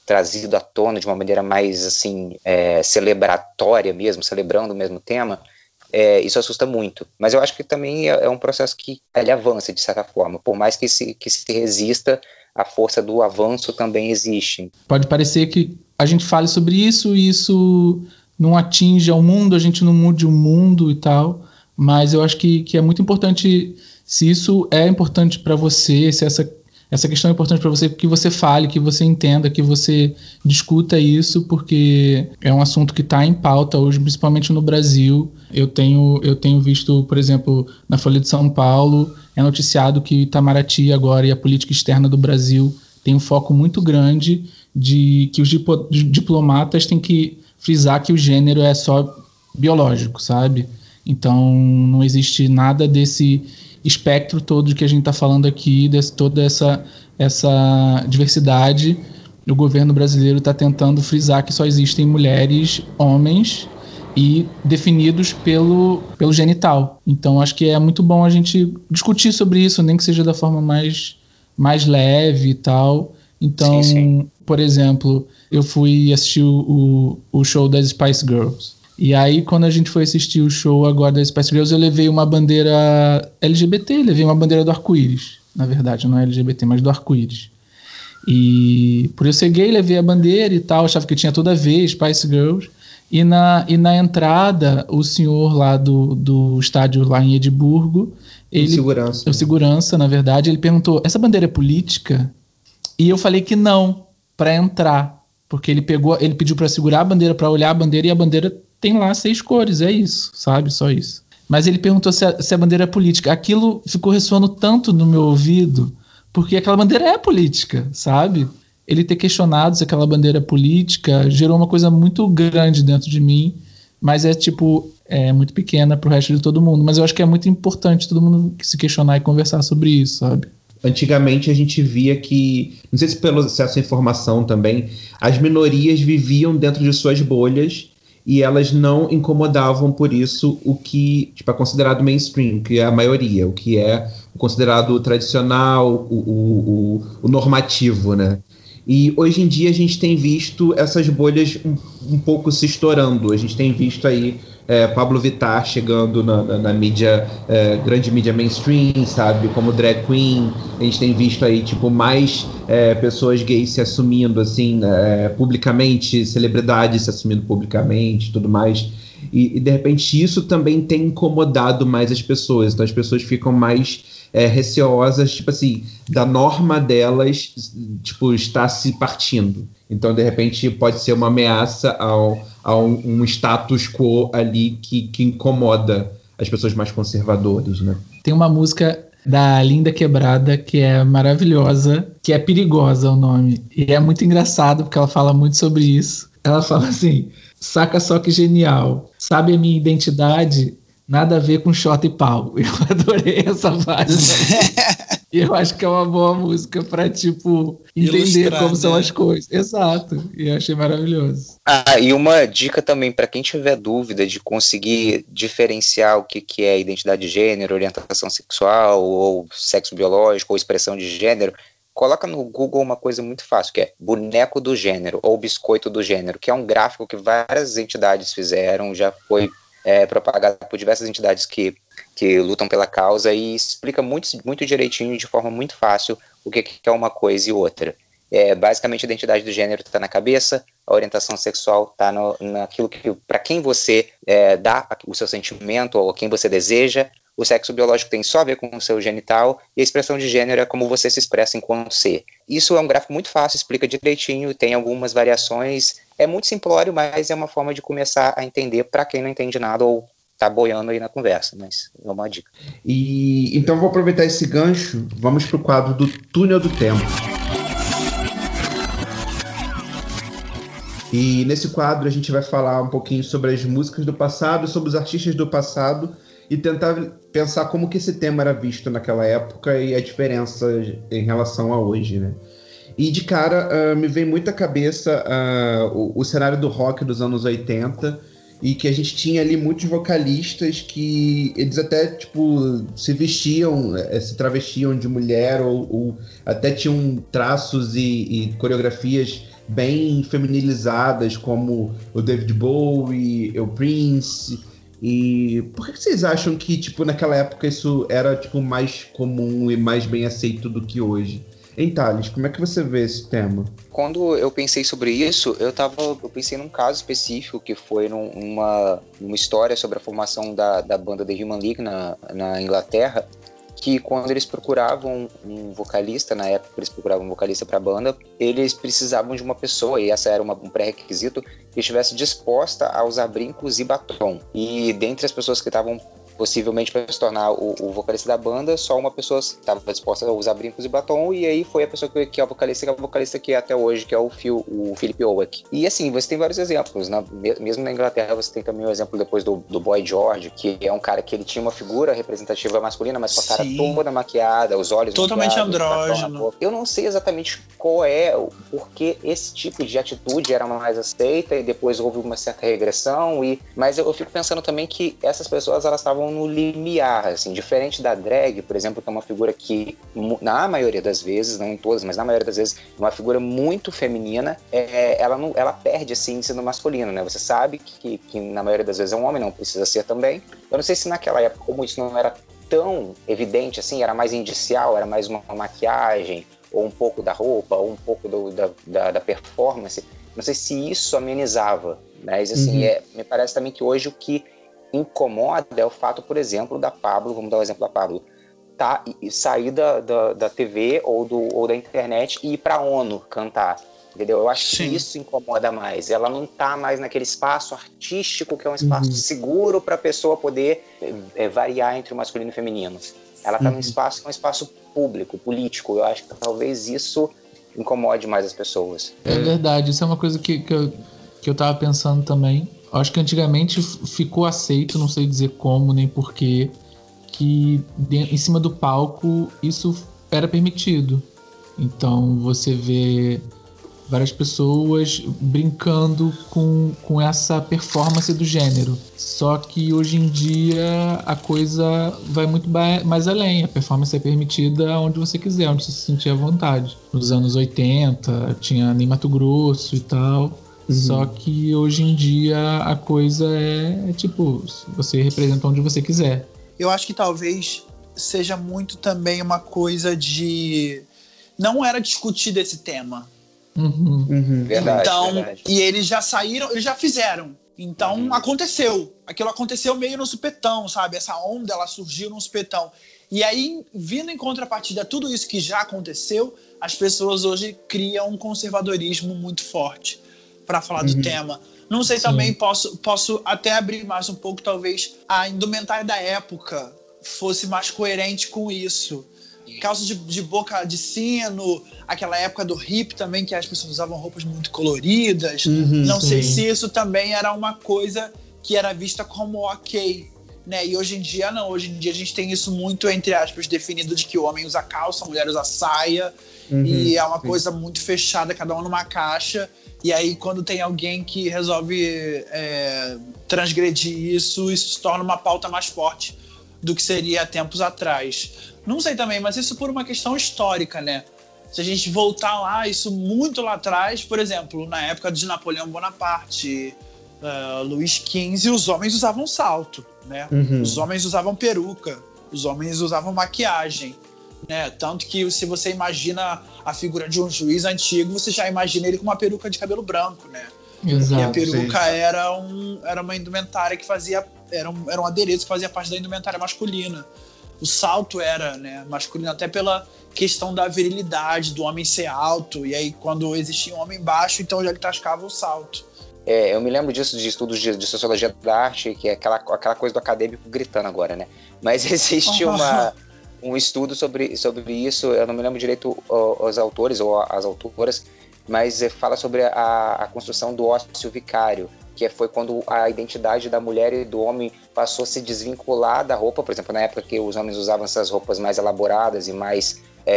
trazido à tona de uma maneira mais, assim, é, celebratória mesmo, celebrando o mesmo tema, é, isso assusta muito. Mas eu acho que também é, é um processo que ele avança, de certa forma. Por mais que se, que se resista, a força do avanço também existe. Pode parecer que a gente fale sobre isso e isso não atinja o mundo, a gente não mude o mundo e tal, mas eu acho que, que é muito importante, se isso é importante para você, se essa Essa questão é importante para você, que você fale, que você entenda, que você discuta isso, porque é um assunto que está em pauta hoje, principalmente no Brasil. Eu tenho, eu tenho visto, por exemplo, na Folha de São Paulo, é noticiado que Itamaraty agora e a política externa do Brasil tem um foco muito grande de que os diplomatas têm que frisar que o gênero é só biológico, sabe? Então, não existe nada desse espectro todo que a gente está falando aqui, desse, toda essa, essa diversidade. O governo brasileiro está tentando frisar que só existem mulheres, homens e definidos pelo, pelo genital. Então acho que é muito bom a gente discutir sobre isso, nem que seja da forma mais, mais leve e tal. Então, sim, sim. Por exemplo, eu fui assistir o, o show das Spice Girls. E aí, quando a gente foi assistir o show agora da Spice Girls, eu levei uma bandeira L G B T, levei uma bandeira do arco-íris. Na verdade, não é L G B T, mas do arco-íris. E por eu ser gay, levei a bandeira e tal, achava que tinha tudo a ver, Spice Girls. E na, e na entrada, o senhor lá do, do estádio lá em Edimburgo, ele, o segurança. O segurança, na verdade, ele perguntou, essa bandeira é política? E eu falei que não, para entrar. Porque ele, pegou, ele pediu para segurar a bandeira, para olhar a bandeira, e a bandeira tem lá seis cores, é isso, sabe? Só isso. Mas ele perguntou se a, se a bandeira é política. Aquilo ficou ressoando tanto no meu ouvido, porque aquela bandeira é política, sabe? Ele ter questionado se aquela bandeira é política gerou uma coisa muito grande dentro de mim, mas é tipo, é muito pequena pro resto de todo mundo. Mas eu acho que é muito importante todo mundo se questionar e conversar sobre isso, sabe? Antigamente a gente via que, não sei se pelo acesso à informação também, as minorias viviam dentro de suas bolhas e elas não incomodavam por isso o que tipo, é considerado mainstream, que é a maioria, o que é considerado tradicional, o, o, o, o normativo, né? E hoje em dia a gente tem visto essas bolhas um, um pouco se estourando. A gente tem visto aí é, Pablo Vittar chegando na, na, na mídia, é, grande mídia mainstream, sabe? Como drag queen. A gente tem visto aí, tipo, mais é, pessoas gays se assumindo, assim, é, publicamente, celebridades se assumindo publicamente e tudo mais. E, e, de repente, isso também tem incomodado mais as pessoas. Então, as pessoas ficam mais é, receosas, tipo assim, da norma delas, tipo, está se partindo. Então, de repente, pode ser uma ameaça ao, a um, um status quo ali que, que incomoda as pessoas mais conservadoras, né? Tem uma música da Linda Quebrada que é maravilhosa, que é Perigosa o nome. E é muito engraçado, porque ela fala muito sobre isso. Ela fala assim... Saca só que genial. Sabe a minha identidade? Nada a ver com short e pau. Eu adorei essa parte. E eu acho que é uma boa música pra, tipo, entender ilustrar, como né? São as coisas. Exato. E eu achei maravilhoso. Ah, e uma dica também pra quem tiver dúvida de conseguir diferenciar o que, que é identidade de gênero, orientação sexual, ou sexo biológico, ou expressão de gênero, coloca no Google uma coisa muito fácil, que é boneco do gênero, ou biscoito do gênero, que é um gráfico que várias entidades fizeram, já foi é, propagado por diversas entidades que, que lutam pela causa, e explica muito, muito direitinho, de forma muito fácil, o que, que é uma coisa e outra. É, basicamente, a identidade do gênero está na cabeça, a orientação sexual está naquilo que, para quem você é, dá o seu sentimento, ou quem você deseja. O sexo biológico tem só a ver com o seu genital, e a expressão de gênero é como você se expressa enquanto ser. Isso é um gráfico muito fácil, explica direitinho, tem algumas variações, é muito simplório, mas é uma forma de começar a entender para quem não entende nada ou tá boiando aí na conversa, mas é uma dica. E então vou aproveitar esse gancho, vamos pro quadro do Túnel do Tempo. E nesse quadro a gente vai falar um pouquinho sobre as músicas do passado, sobre os artistas do passado, e tentar pensar como que esse tema era visto naquela época e a diferença em relação a hoje, né? E de cara uh, me vem muito à cabeça uh, o, o cenário do rock dos anos oitenta, e que a gente tinha ali muitos vocalistas que eles até tipo se vestiam, se travestiam de mulher, ou, ou até tinham traços e, e coreografias bem feminilizadas, como o David Bowie, o Prince. E por que vocês acham que, tipo, naquela época isso era, tipo, mais comum e mais bem aceito do que hoje? Hein, Thales, como é que você vê esse tema? Quando eu pensei sobre isso, eu, tava, eu pensei num caso específico que foi num, uma, uma história sobre a formação da, da banda The Human League na, na Inglaterra, que quando eles procuravam um vocalista, na época eles procuravam um vocalista para a banda, eles precisavam de uma pessoa, e essa era uma, um pré-requisito, que estivesse disposta a usar brincos e batom. E dentre as pessoas que estavam possivelmente para se tornar o, o vocalista da banda, só uma pessoa estava disposta a usar brincos e batom, e aí foi a pessoa que, que é o vocalista, que é o vocalista que é até hoje, que é o, Phil, o Philip Oak. E assim, você tem vários exemplos, né? Mesmo na Inglaterra você tem também o exemplo depois do, do Boy George, que é um cara que ele tinha uma figura representativa masculina, mas com a cara Sim. toda maquiada, os olhos totalmente andrógeno. Eu não sei exatamente qual é, porque esse tipo de atitude era mais aceita e depois houve uma certa regressão, e, mas eu, eu fico pensando também que essas pessoas, elas estavam no limiar, assim, diferente da drag, por exemplo, que é uma figura que, na maioria das vezes, não em todas, mas na maioria das vezes, uma figura muito feminina, é, ela, não, ela perde esse índice no masculino, né? Você sabe que, que na maioria das vezes é um homem, não precisa ser também. Eu não sei se naquela época, como isso não era tão evidente, assim, era mais indicial, era mais uma, uma maquiagem, ou um pouco da roupa, ou um pouco do, da, da, da performance, não sei se isso amenizava, mas assim, uhum. é, me parece também que hoje o que incomoda é o fato, por exemplo, da Pabllo, vamos dar o exemplo da Pabllo, tá, e sair da, da, da T V ou, do, ou da internet e ir pra ONU cantar, entendeu? Eu acho Sim. que isso incomoda mais. Ela não tá mais naquele espaço artístico, que é um espaço uhum. seguro para a pessoa poder é, variar entre o masculino e o feminino. Ela tá uhum. num espaço que é um espaço público, político. Eu acho que talvez isso incomode mais as pessoas. É verdade, isso é uma coisa que, que, eu, que eu tava pensando também. Eu acho que antigamente ficou aceito, não sei dizer como nem porquê, que em cima do palco isso era permitido. Então você vê várias pessoas brincando com, com essa performance do gênero. Só que hoje em dia a coisa vai muito mais além. A performance é permitida onde você quiser, onde você se sentir à vontade. Nos anos oitenta tinha em Mato Grosso e tal. Uhum. Só que hoje em dia a coisa é, é tipo, você representa onde você quiser. Eu acho que talvez seja muito também uma coisa de... Não era discutido esse tema. Uhum. Uhum. Verdade, então, verdade. E eles já saíram, eles já fizeram. Então uhum. aconteceu. Aquilo aconteceu meio no supetão, sabe? Essa onda, ela surgiu no supetão. E aí, vindo em contrapartida a tudo isso que já aconteceu, as pessoas hoje criam um conservadorismo muito forte para falar uhum. do tema. Não sei, Sim. também posso, posso até abrir mais um pouco, talvez a indumentária da época fosse mais coerente com isso. Calça de, de boca de sino, aquela época do hip também, que as pessoas usavam roupas muito coloridas. Uhum, Não sim. sei se isso também era uma coisa que era vista como ok, né? E hoje em dia não, hoje em dia a gente tem isso muito, entre aspas, definido de que o homem usa calça, a mulher usa saia, uhum, e é uma sim. coisa muito fechada, cada um numa caixa. E aí, quando tem alguém que resolve é, transgredir isso, isso se torna uma pauta mais forte do que seria há tempos atrás. Não sei também, mas isso por uma questão histórica, né? Se a gente voltar lá, isso muito lá atrás, por exemplo, na época de Napoleão Bonaparte, uh, Luís quinze, os homens usavam salto, né? Uhum. Os homens usavam peruca, os homens usavam maquiagem, né? Tanto que se você imagina a figura de um juiz antigo, você já imagina ele com uma peruca de cabelo branco, né? Exato, e a peruca era, um, era uma indumentária que fazia... Era um, era um adereço que fazia parte da indumentária masculina. O salto era, né, masculino, até pela questão da virilidade, do homem ser alto. E aí, quando existia um homem baixo, então já ele tascava o salto. É, eu me lembro disso, de estudos de, de sociologia da arte, que é aquela, aquela coisa do acadêmico gritando agora, né? Mas existe uma, um estudo sobre, sobre isso, eu não me lembro direito os autores ou as autoras, mas fala sobre a, a construção do ócio vicário, que foi quando a identidade da mulher e do homem passou a se desvincular da roupa. Por exemplo, na época que os homens usavam essas roupas mais elaboradas e mais,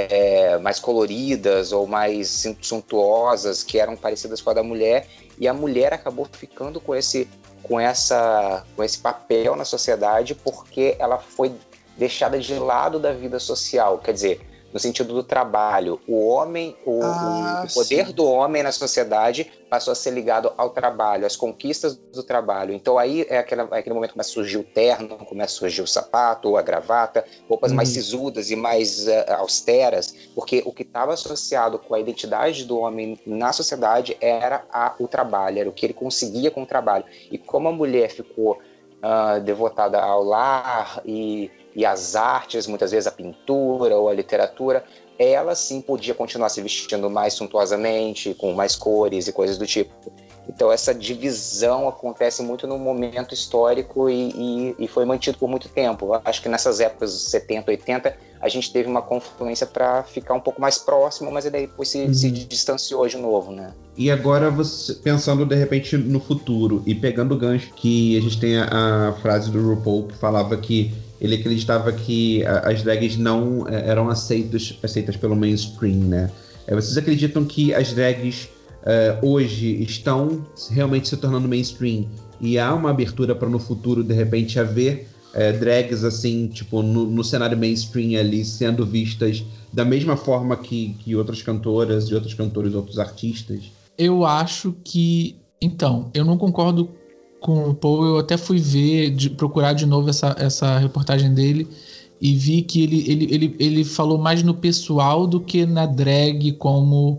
é, mais coloridas ou mais suntuosas, que eram parecidas com a da mulher, e a mulher acabou ficando com esse, com essa, com esse papel na sociedade porque ela foi deixada de lado da vida social. Quer dizer, no sentido do trabalho. O homem, o, Ah, o poder sim. do homem na sociedade passou a ser ligado ao trabalho, às conquistas do trabalho. Então aí é, aquela, é aquele momento que começa a surgir o terno, começa a surgir o sapato, ou a gravata, roupas Uhum. mais sisudas e mais uh, austeras, porque o que estava associado com a identidade do homem na sociedade era a, o trabalho, era o que ele conseguia com o trabalho. E como a mulher ficou uh, devotada ao lar e, e às artes, muitas vezes a pintura ou a literatura, ela sim podia continuar se vestindo mais suntuosamente, com mais cores e coisas do tipo. Então essa divisão acontece muito num momento histórico e, e, e foi mantido por muito tempo. Acho que nessas épocas setenta, oitenta, a gente teve uma confluência para ficar um pouco mais próximo, mas daí depois se, Uhum. se distanciou de novo, né? E agora, você pensando de repente no futuro e pegando o gancho que a gente tem a, a frase do RuPaul que falava que ele acreditava que a, as drags não é, eram aceitas, aceitas pelo mainstream, né? É, vocês acreditam que as drags é, hoje estão realmente se tornando mainstream e há uma abertura para no futuro de repente haver é, drags assim, tipo, no, no cenário mainstream ali sendo vistas da mesma forma que, que outras cantoras e outros cantores, outros artistas? Eu acho que... Então, eu não concordo com o Paul. Eu até fui ver, de, procurar de novo essa, essa reportagem dele e vi que ele, ele, ele, ele falou mais no pessoal do que na drag como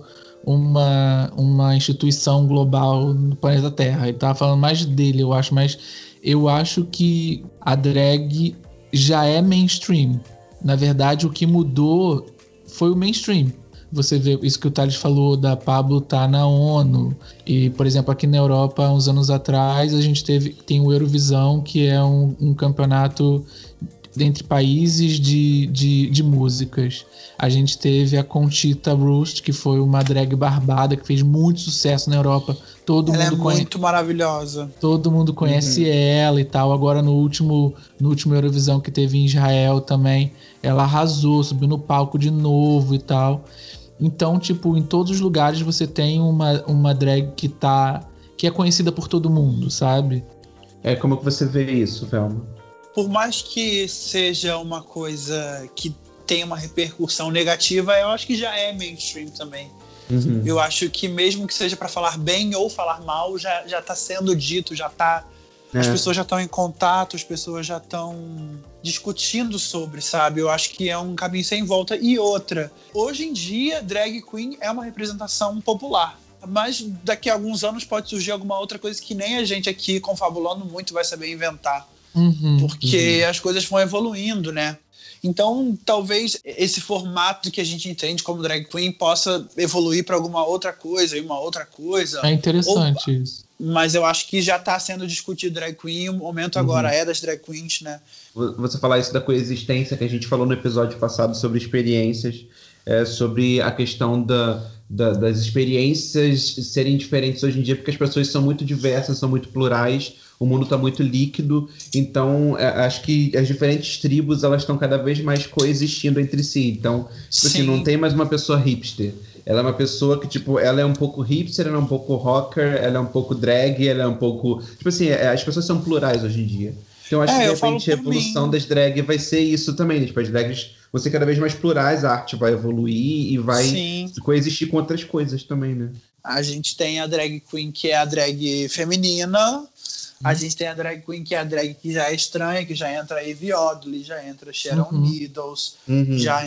uma, uma instituição global no planeta Terra. Ele tava falando mais dele, eu acho, mas eu acho que a drag já é mainstream. Na verdade, o que mudou foi o mainstream. Você vê isso que o Thales falou da Pabllo tá na ONU. E, por exemplo, aqui na Europa, uns anos atrás, a gente teve, tem o Eurovisão, que é um, um campeonato entre países de, de, de músicas. A gente teve a Conchita Wurst, que foi uma drag barbada, que fez muito sucesso na Europa. Todo Ela mundo é conhece. muito maravilhosa. Todo mundo conhece ela e tal. Agora no último, no último Eurovisão que teve em Israel também, ela arrasou, subiu no palco de novo e tal. Então, tipo, em todos os lugares você tem uma, uma drag que tá, que é conhecida por todo mundo, sabe? É, como que você vê isso, Velma? Por mais que seja uma coisa que tenha uma repercussão negativa, eu acho que já é mainstream também. Uhum. Eu acho que mesmo que seja para falar bem ou falar mal, já, já tá sendo dito, já tá... É. As pessoas já estão em contato, as pessoas já estão discutindo sobre, sabe? Eu acho que é um caminho sem volta. E outra, hoje em dia, drag queen é uma representação popular. Mas daqui a alguns anos pode surgir alguma outra coisa que nem a gente aqui, confabulando muito, vai saber inventar. Uhum, Porque uhum. as coisas vão evoluindo, né? Então, talvez esse formato que a gente entende como drag queen possa evoluir para alguma outra coisa e uma outra coisa. É interessante Ou, isso. Mas eu acho que já está sendo discutido drag queen, o momento agora Uhum. é das drag queens, né? Você falar isso da coexistência que a gente falou no episódio passado sobre experiências, é, sobre a questão da, da, das experiências serem diferentes hoje em dia, porque as pessoas são muito diversas, são muito plurais, o mundo está muito líquido, então é, acho que as diferentes tribos elas estão cada vez mais coexistindo entre si. Então, tipo assim, não tem mais uma pessoa hipster. Ela é uma pessoa que, tipo, ela é um pouco hipster, ela é um pouco rocker, ela é um pouco drag, ela é um pouco... Tipo assim, é, as pessoas são plurais hoje em dia. Então acho É, que de eu falo repente a por evolução mim. das drag vai ser isso também, né? Tipo, as drags vão ser cada vez mais plurais, a arte vai evoluir e vai Sim. coexistir com outras coisas também, né? A gente tem a drag queen que é a drag feminina, a gente tem a drag queen que é a drag que já é estranha, que já entra a Evie Oddly, já entra Sharon Uhum. Needles, Uhum. já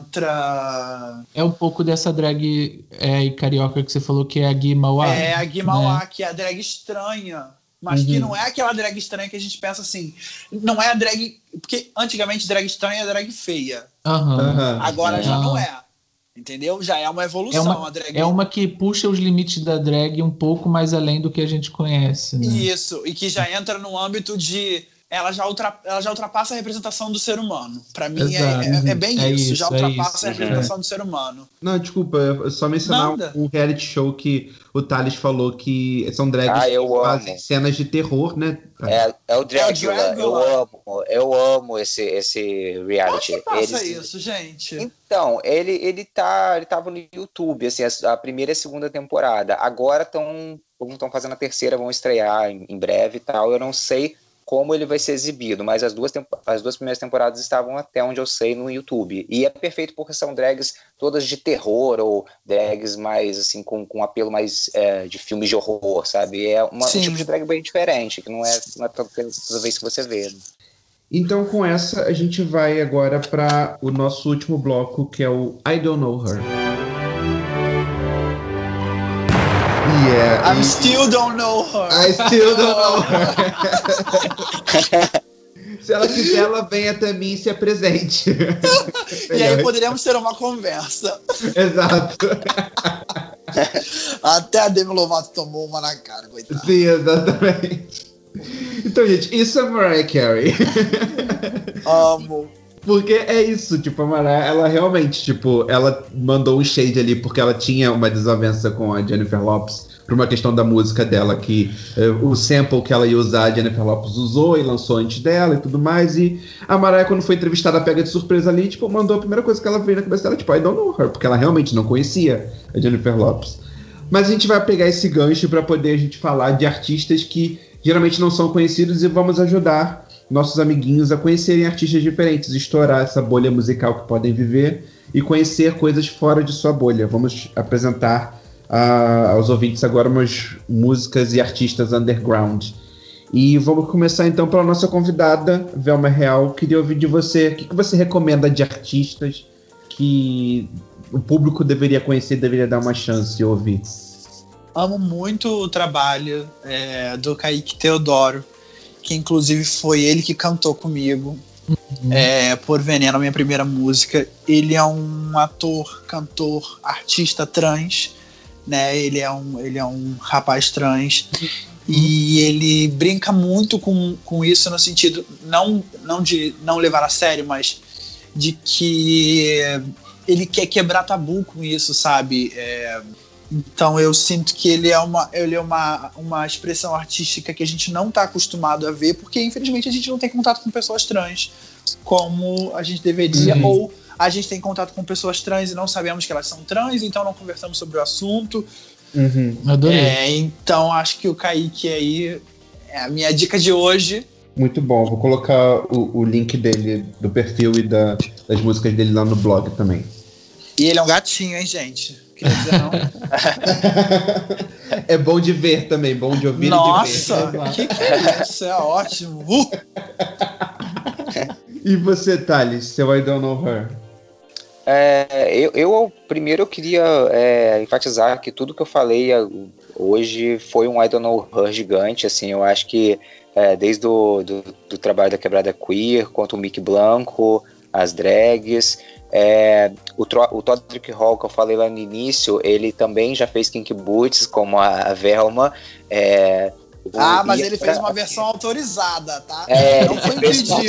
entra... É um pouco dessa drag é, carioca que você falou, que é a Gui Mauá. É a Gui Mauá, né? que é a drag estranha. Mas Uhum. que não é aquela drag estranha que a gente pensa assim. Não é a drag... Porque antigamente drag estranha é drag feia. Aham. Aham. Agora já Ah. não é. Entendeu? Já é uma É evolução uma, a drag. é uma que puxa os limites da drag um pouco mais além do que a gente conhece, né? Isso, e que já entra no âmbito de... Ela já, ultra, ela já ultrapassa a representação do ser humano. Pra mim é, Exato. é, é bem É isso, isso, já é ultrapassa isso. a representação do ser humano. Não, desculpa, eu só mencionar Nada. um reality show que o Thales falou que são drags Ah, eu que fazem amo. cenas de terror, né? É, é o Dracula. Dracula. Eu amo, eu amo esse, esse Como reality. que passa Eles- isso, gente? Então, ele, ele, tá, ele tava no YouTube, assim, a, a primeira e a segunda temporada. Agora estão estão fazendo a terceira, vão estrear em, em breve e tal. Eu não sei como ele vai ser exibido, mas as duas, as duas primeiras temporadas estavam, até onde eu sei, no YouTube. E é perfeito porque são drags todas de terror, ou drags mais, assim, com, com apelo mais é, de filmes de horror, sabe? É uma, um tipo de drag bem diferente, que não é, não é toda, toda vez que você vê. Então, com essa, a gente vai agora para o nosso último bloco, que é o I Don't Know Her. Yeah, I still don't know her. I still don't know her. Se ela quiser, ela vem até mim e se apresente. E aí poderíamos ter uma conversa. Exato. Até a Demi Lovato tomou uma na cara, coitada. Sim, exatamente. Então, gente, isso é Mariah Carey. Amo. Porque é isso, tipo, a Mariah, ela realmente, tipo, ela mandou um shade ali porque ela tinha uma desavença com a Jennifer Lopez por uma questão da música dela, que uh, o sample que ela ia usar, a Jennifer Lopez usou e lançou antes dela e tudo mais, e a Mariah, quando foi entrevistada, pega de surpresa ali, tipo, mandou a primeira coisa que ela veio na cabeça dela, tipo, I don't know her, porque ela realmente não conhecia a Jennifer Lopez. Mas a gente vai pegar esse gancho para poder a gente falar de artistas que geralmente não são conhecidos e vamos ajudar nossos amiguinhos a conhecerem artistas diferentes, estourar essa bolha musical que podem viver e conhecer coisas fora de sua bolha. Vamos apresentar uh, aos ouvintes agora umas músicas e artistas underground. E vamos começar então pela nossa convidada, Velma Real. Queria ouvir de você, o que, que você recomenda de artistas que o público deveria conhecer, deveria dar uma chance de ouvir? Amo muito o trabalho é, do Kaique Teodoro, que inclusive foi ele que cantou comigo uhum. é, por Veneno, a minha primeira música. Ele é um ator, cantor, artista trans, né? Ele é um, ele é um rapaz trans uhum. e ele brinca muito com, com isso no sentido, não, não de não levar a sério, mas de que ele quer quebrar tabu com isso, sabe? É, então eu sinto que ele é, uma, ele é uma, uma expressão artística que a gente não está acostumado a ver, porque infelizmente a gente não tem contato com pessoas trans como a gente deveria, uhum. ou a gente tem contato com pessoas trans e não sabemos que elas são trans, então não conversamos sobre o assunto. Uhum. Adorei. É, então acho que o Kaique aí é a minha dica de hoje. Muito bom, vou colocar o, o link dele, do perfil e da, das músicas dele lá no blog também. E ele é um gatinho, hein, gente? Queria dizer não. É bom de ver também, bom de ouvir. Nossa, e de ver. Nossa, que que é isso? É ótimo. Uh! E você, Thales, seu I Don't Know Her? É, eu, eu primeiro eu queria é, enfatizar que tudo que eu falei hoje foi um I Don't Know Her gigante, assim, eu acho que é, desde o do, do trabalho da Quebrada Queer, quanto o Mick Blanco, as drags, é, o, o Todrick Hall, que eu falei lá no início, ele também já fez Kinky Boots, como a, a Velma. É, ah, o, mas ele pra... fez uma versão autorizada, tá? É, não foi pedido.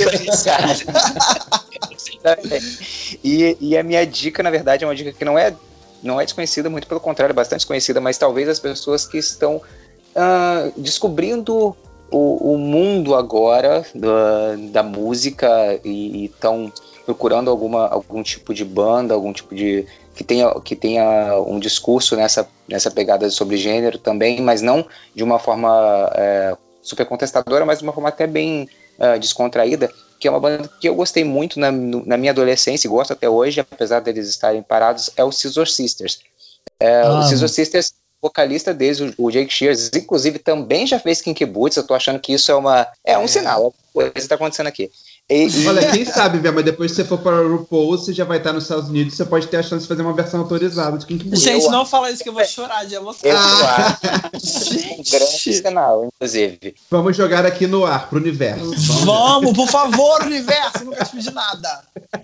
e, e a minha dica, na verdade, é uma dica que não é, não é desconhecida, muito pelo contrário, é bastante desconhecida, mas talvez as pessoas que estão uh, descobrindo o, o mundo agora da, da música e estão procurando alguma, algum tipo de banda, algum tipo de... que tenha, que tenha um discurso nessa, nessa pegada sobre gênero também, mas não de uma forma é, super contestadora, mas de uma forma até bem uh, descontraída, que é uma banda que eu gostei muito na, na minha adolescência e gosto até hoje, apesar deles estarem parados, é o Scissor Sisters. É, ah, o Scissor Sisters, vocalista deles, o, o Jake Shears, inclusive também já fez Kinky Boots. Eu tô achando que isso é uma é um é. sinal, coisa que tá acontecendo aqui. E, e... Olha, quem sabe, Véia, mas depois que você for para o RuPaul, você já vai estar nos Estados Unidos, você pode ter a chance de fazer uma versão autorizada de Kinky Boots. Gente, não fala isso que eu vou chorar de emoção. Eu ah. acho um grande sinal, inclusive. Vamos jogar aqui no ar, pro universo. Vamos, Vamos por favor, universo, nunca te pedi nada.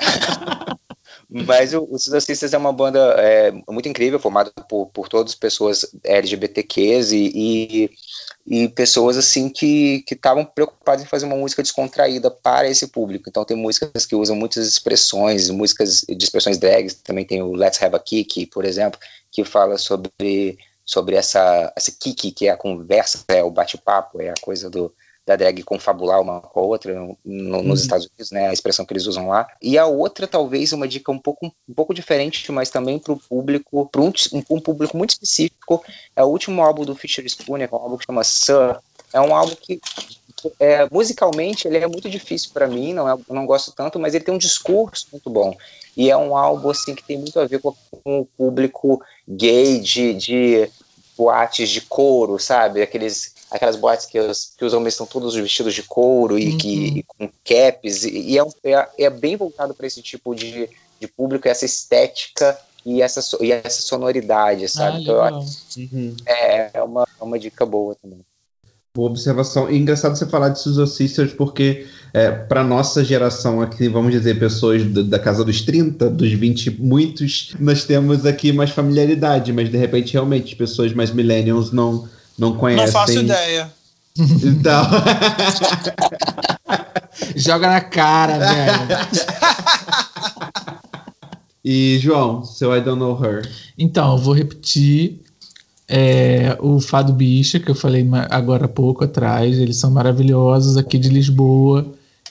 Mas o, o Scissor Sisters é uma banda é, muito incrível, formada por, por todas as pessoas L G B T Qs e, e, e pessoas assim que estavam preocupadas em fazer uma música descontraída para esse público. Então tem músicas que usam muitas expressões, músicas de expressões drags, também tem o Let's Have a Kick, por exemplo, que fala sobre, sobre essa, essa kick, que é a conversa, é o bate-papo, é a coisa do da drag confabular uma com a outra no, no, nos uhum. Estados Unidos, né, a expressão que eles usam lá. E a outra, talvez, uma dica um pouco, um pouco diferente, mas também para o público, para um, um público muito específico, é o último álbum do Fisher Spooner, um álbum que chama Sir. É um álbum que, é, musicalmente ele é muito difícil pra mim, não é, eu não gosto tanto, mas ele tem um discurso muito bom. E é um álbum assim, que tem muito a ver com, com o público gay de, de boates de couro, sabe? Aqueles, aquelas boates que os, que os homens estão todos vestidos de couro e, uhum. que, e com caps. E, e é, um, é, é bem voltado para esse tipo de, de público, essa estética e essa, e essa sonoridade, sabe? Ah, então, eu acho, uhum. é, é uma, uma dica boa também. Boa observação. E engraçado você falar de Sister Sisters, porque é, para nossa geração aqui, vamos dizer, pessoas do, da casa dos trinta, dos vinte, muitos, nós temos aqui mais familiaridade, mas de repente, realmente, pessoas mais millennials não, não conhecem. Não faço ideia. Então... Joga na cara, velho. E, João, seu I Don't Know Her. Então, eu vou repetir é, o Fado Bicha, que eu falei agora há pouco atrás. Eles são maravilhosos aqui de Lisboa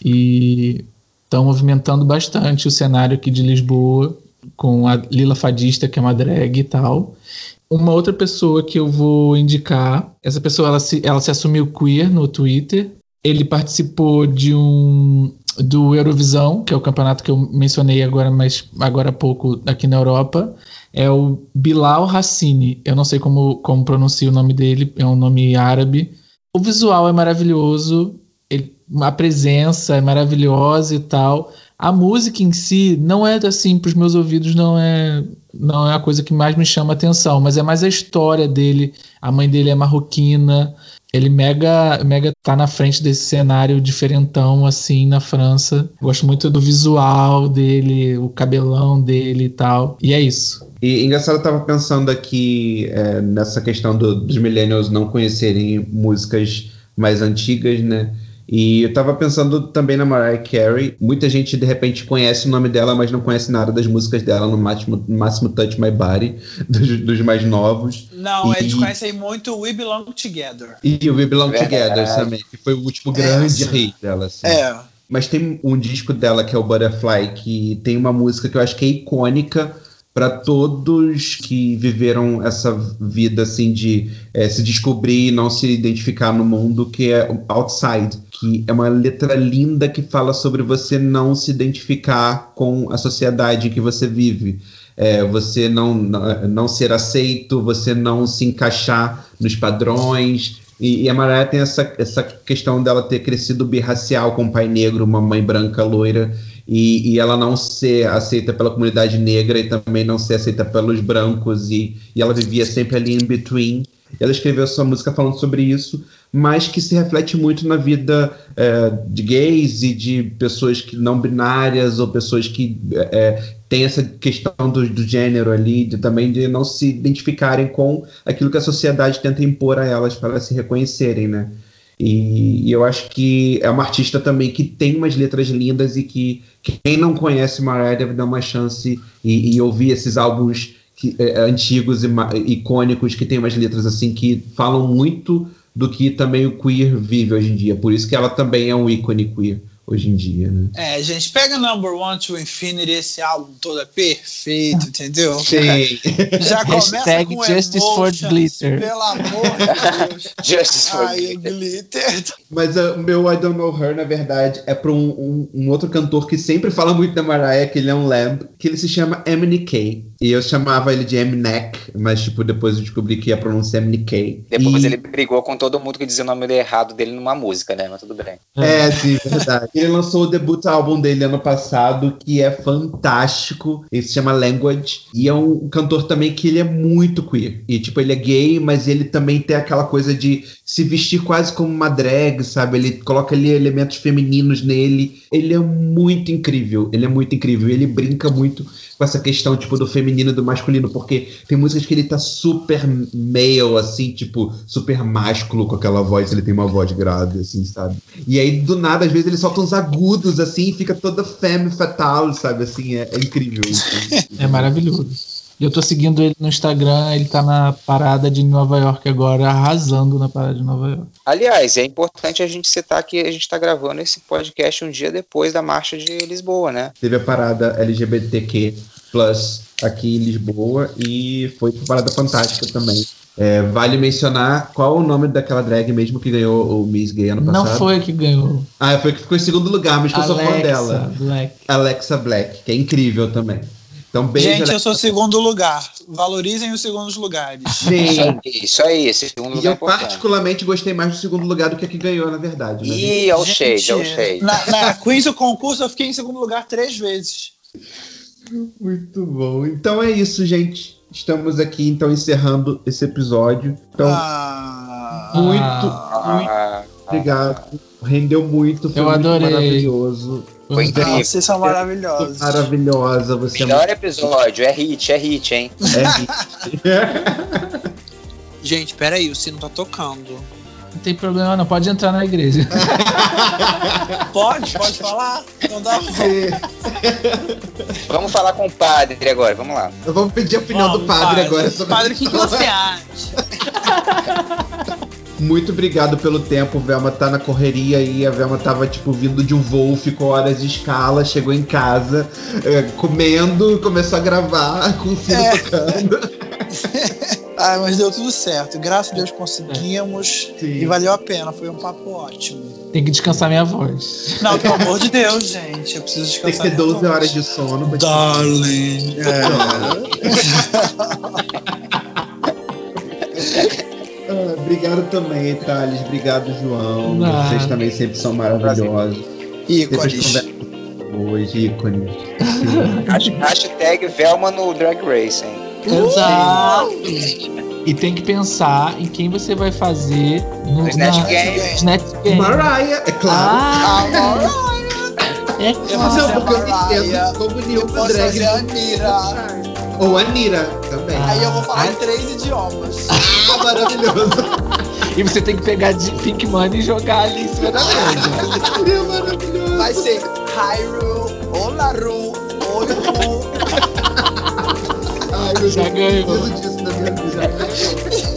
e estão movimentando bastante o cenário aqui de Lisboa, com a Lila Fadista, que é uma drag e tal. Uma outra pessoa que eu vou indicar, essa pessoa ela se, ela se assumiu queer no Twitter. Ele participou de um do Eurovisão, que é o campeonato que eu mencionei agora, mas agora há pouco aqui na Europa. É o Bilal Hassini. Eu não sei como, como pronuncia o nome dele, é um nome árabe. O visual é maravilhoso, ele, a presença é maravilhosa e tal. A música em si não é assim, para os meus ouvidos não é, não é a coisa que mais me chama atenção, mas é mais a história dele. A mãe dele é marroquina. Ele mega, mega tá na frente desse cenário diferentão, assim, na França. Gosto muito do visual dele, o cabelão dele e tal. E é isso. E engraçado, eu tava pensando aqui é, nessa questão do, dos millennials não conhecerem músicas mais antigas, né? E eu tava pensando também na Mariah Carey. Muita gente, de repente, conhece o nome dela, mas não conhece nada das músicas dela, no máximo, no máximo Touch My Body, dos, dos mais novos. Não, e... eles conhecem muito We Belong Together. E o We Belong é. Together também, que foi o último grande hit dela. Assim. É. Mas tem um disco dela, que é o Butterfly, que tem uma música que eu acho que é icônica para todos que viveram essa vida assim de é, se descobrir e não se identificar no mundo, que é Outside, que é uma letra linda que fala sobre você não se identificar com a sociedade em que você vive, é, você não, não, não ser aceito, você não se encaixar nos padrões. E, e a Mariah tem essa, essa questão dela ter crescido birracial com um pai negro, uma mãe branca loira, E, e ela não ser aceita pela comunidade negra e também não ser aceita pelos brancos, e, e ela vivia sempre ali in between. Ela escreveu sua música falando sobre isso, mas que se reflete muito na vida é, de gays e de pessoas que não binárias, ou pessoas que é, têm essa questão do, do gênero ali, de, também de não se identificarem com aquilo que a sociedade tenta impor a elas para elas se reconhecerem, né? E, e eu acho que é uma artista também que tem umas letras lindas e que, que quem não conhece Mariah deve dar uma chance e, e ouvir esses álbuns que, é, antigos e icônicos que tem umas letras assim que falam muito do que também o queer vive hoje em dia. Por isso que ela também é um ícone queer hoje em dia, né? É, gente, pega Number One to Infinity, esse álbum todo é perfeito, entendeu? Sim. Já começa Hashtag com Justice Emotions, for Glitter. pelo amor de Deus. Justice for Ai, Glitter. glitter. Mas o uh, meu I Don't Know Her, na verdade, é para um, um, um outro cantor que sempre fala muito da Mariah, que ele é um lamb, que ele se chama Eminem. E eu chamava ele de Eminem, mas tipo, depois eu descobri que a pronúncia é Eminem. Depois e... ele brigou com todo mundo que dizia o nome errado dele numa música, né? Mas tudo bem. É, sim, verdade. Ele lançou o debut álbum dele ano passado, que é fantástico. Ele se chama Language. E é um cantor também que ele é muito queer. E tipo, ele é gay, mas ele também tem aquela coisa de se vestir quase como uma drag, sabe? Ele coloca ali elementos femininos nele. Ele é muito incrível. Ele é muito incrível. Ele brinca muito com essa questão, tipo, do feminino e do masculino, porque tem músicas que ele tá super male, assim, tipo, super másculo com aquela voz, ele tem uma voz grave, assim, sabe? E aí, do nada, às vezes ele solta uns agudos, assim, e fica toda femme fatale, sabe? Assim, é, é incrível. É maravilhoso. E eu tô seguindo ele no Instagram, ele tá na parada de Nova York agora, arrasando na parada de Nova York. Aliás, é importante a gente citar que a gente tá gravando esse podcast um dia depois da marcha de Lisboa, né? Teve a parada L G B T Q plus, aqui em Lisboa, e foi uma parada fantástica também. É, vale mencionar qual o nome daquela drag mesmo que ganhou o Miss Gay ano passado? Não foi que ganhou. Ah, foi que ficou em segundo lugar, mas que Alexa eu sou fã dela. Black. Alexa Black, que é incrível também. Então, beijo, Gente, Alexa. eu sou segundo lugar. Valorizem os segundos lugares. Sim. Isso aí, esse segundo E lugar eu é importante. particularmente gostei mais do segundo lugar do que a que ganhou, na verdade. Né? Ih, é o shade, é o shade. Na, na Queens, o concurso, eu fiquei em segundo lugar três vezes. Muito bom. Então é isso, gente. Estamos aqui, então, encerrando esse episódio. Então, Ah, muito, Ah. muito Ah, obrigado. Rendeu muito, foi Eu muito adorei. maravilhoso. Foi incrível. Nossa, vocês são maravilhosos. Maravilhosa, você Melhor episódio, é hit, é hit, hein? é Gente, peraí, o sino tá tocando. Não tem problema, não. Pode entrar na igreja. Pode? Pode falar? Não dá Vamos falar com o padre agora, vamos lá. Eu vou pedir a opinião Vamos, do padre, padre. agora sobre Padre, o essa que, que você acha? Muito obrigado pelo tempo, Velma tá na correria aí, a Velma tava tipo vindo de um voo, ficou horas de escala, chegou em casa, é, comendo, começou a gravar com o sino É. tocando. Ah, mas deu tudo certo. Graças a Deus conseguimos. Sim. E valeu a pena. Foi um papo ótimo. Tem que descansar minha voz. Não, pelo amor de Deus, gente. Eu preciso Tem que descansar. ter minha doze voz. horas de sono. pra Darling. Ah, obrigado também, Thales. Obrigado, João. Nada. Vocês também sempre são maravilhosos. Sempre Ícones. conversas boas, ícones. Hasht- Hashtag Velma no Drag Race, hein? Exato. E tem que pensar em quem você vai fazer no No Snatch na- Game. Snatch Game. Mariah, é claro. Ah, é Eu vou claro. fazer Não, porque eu Mariah. entendo como Eu Nil posso drag. fazer a Anira. Ou a Nira também. Ah. Aí eu vou falar Ai. em três idiomas. Ah, maravilhoso. E você tem que pegar de Pink Money e jogar ali em cima da mesa. É maravilhoso. Vai ser Hyrule, Olaru, Oiku. Ai, meu Já Deus, ganhou. eu preciso disso na minha vida.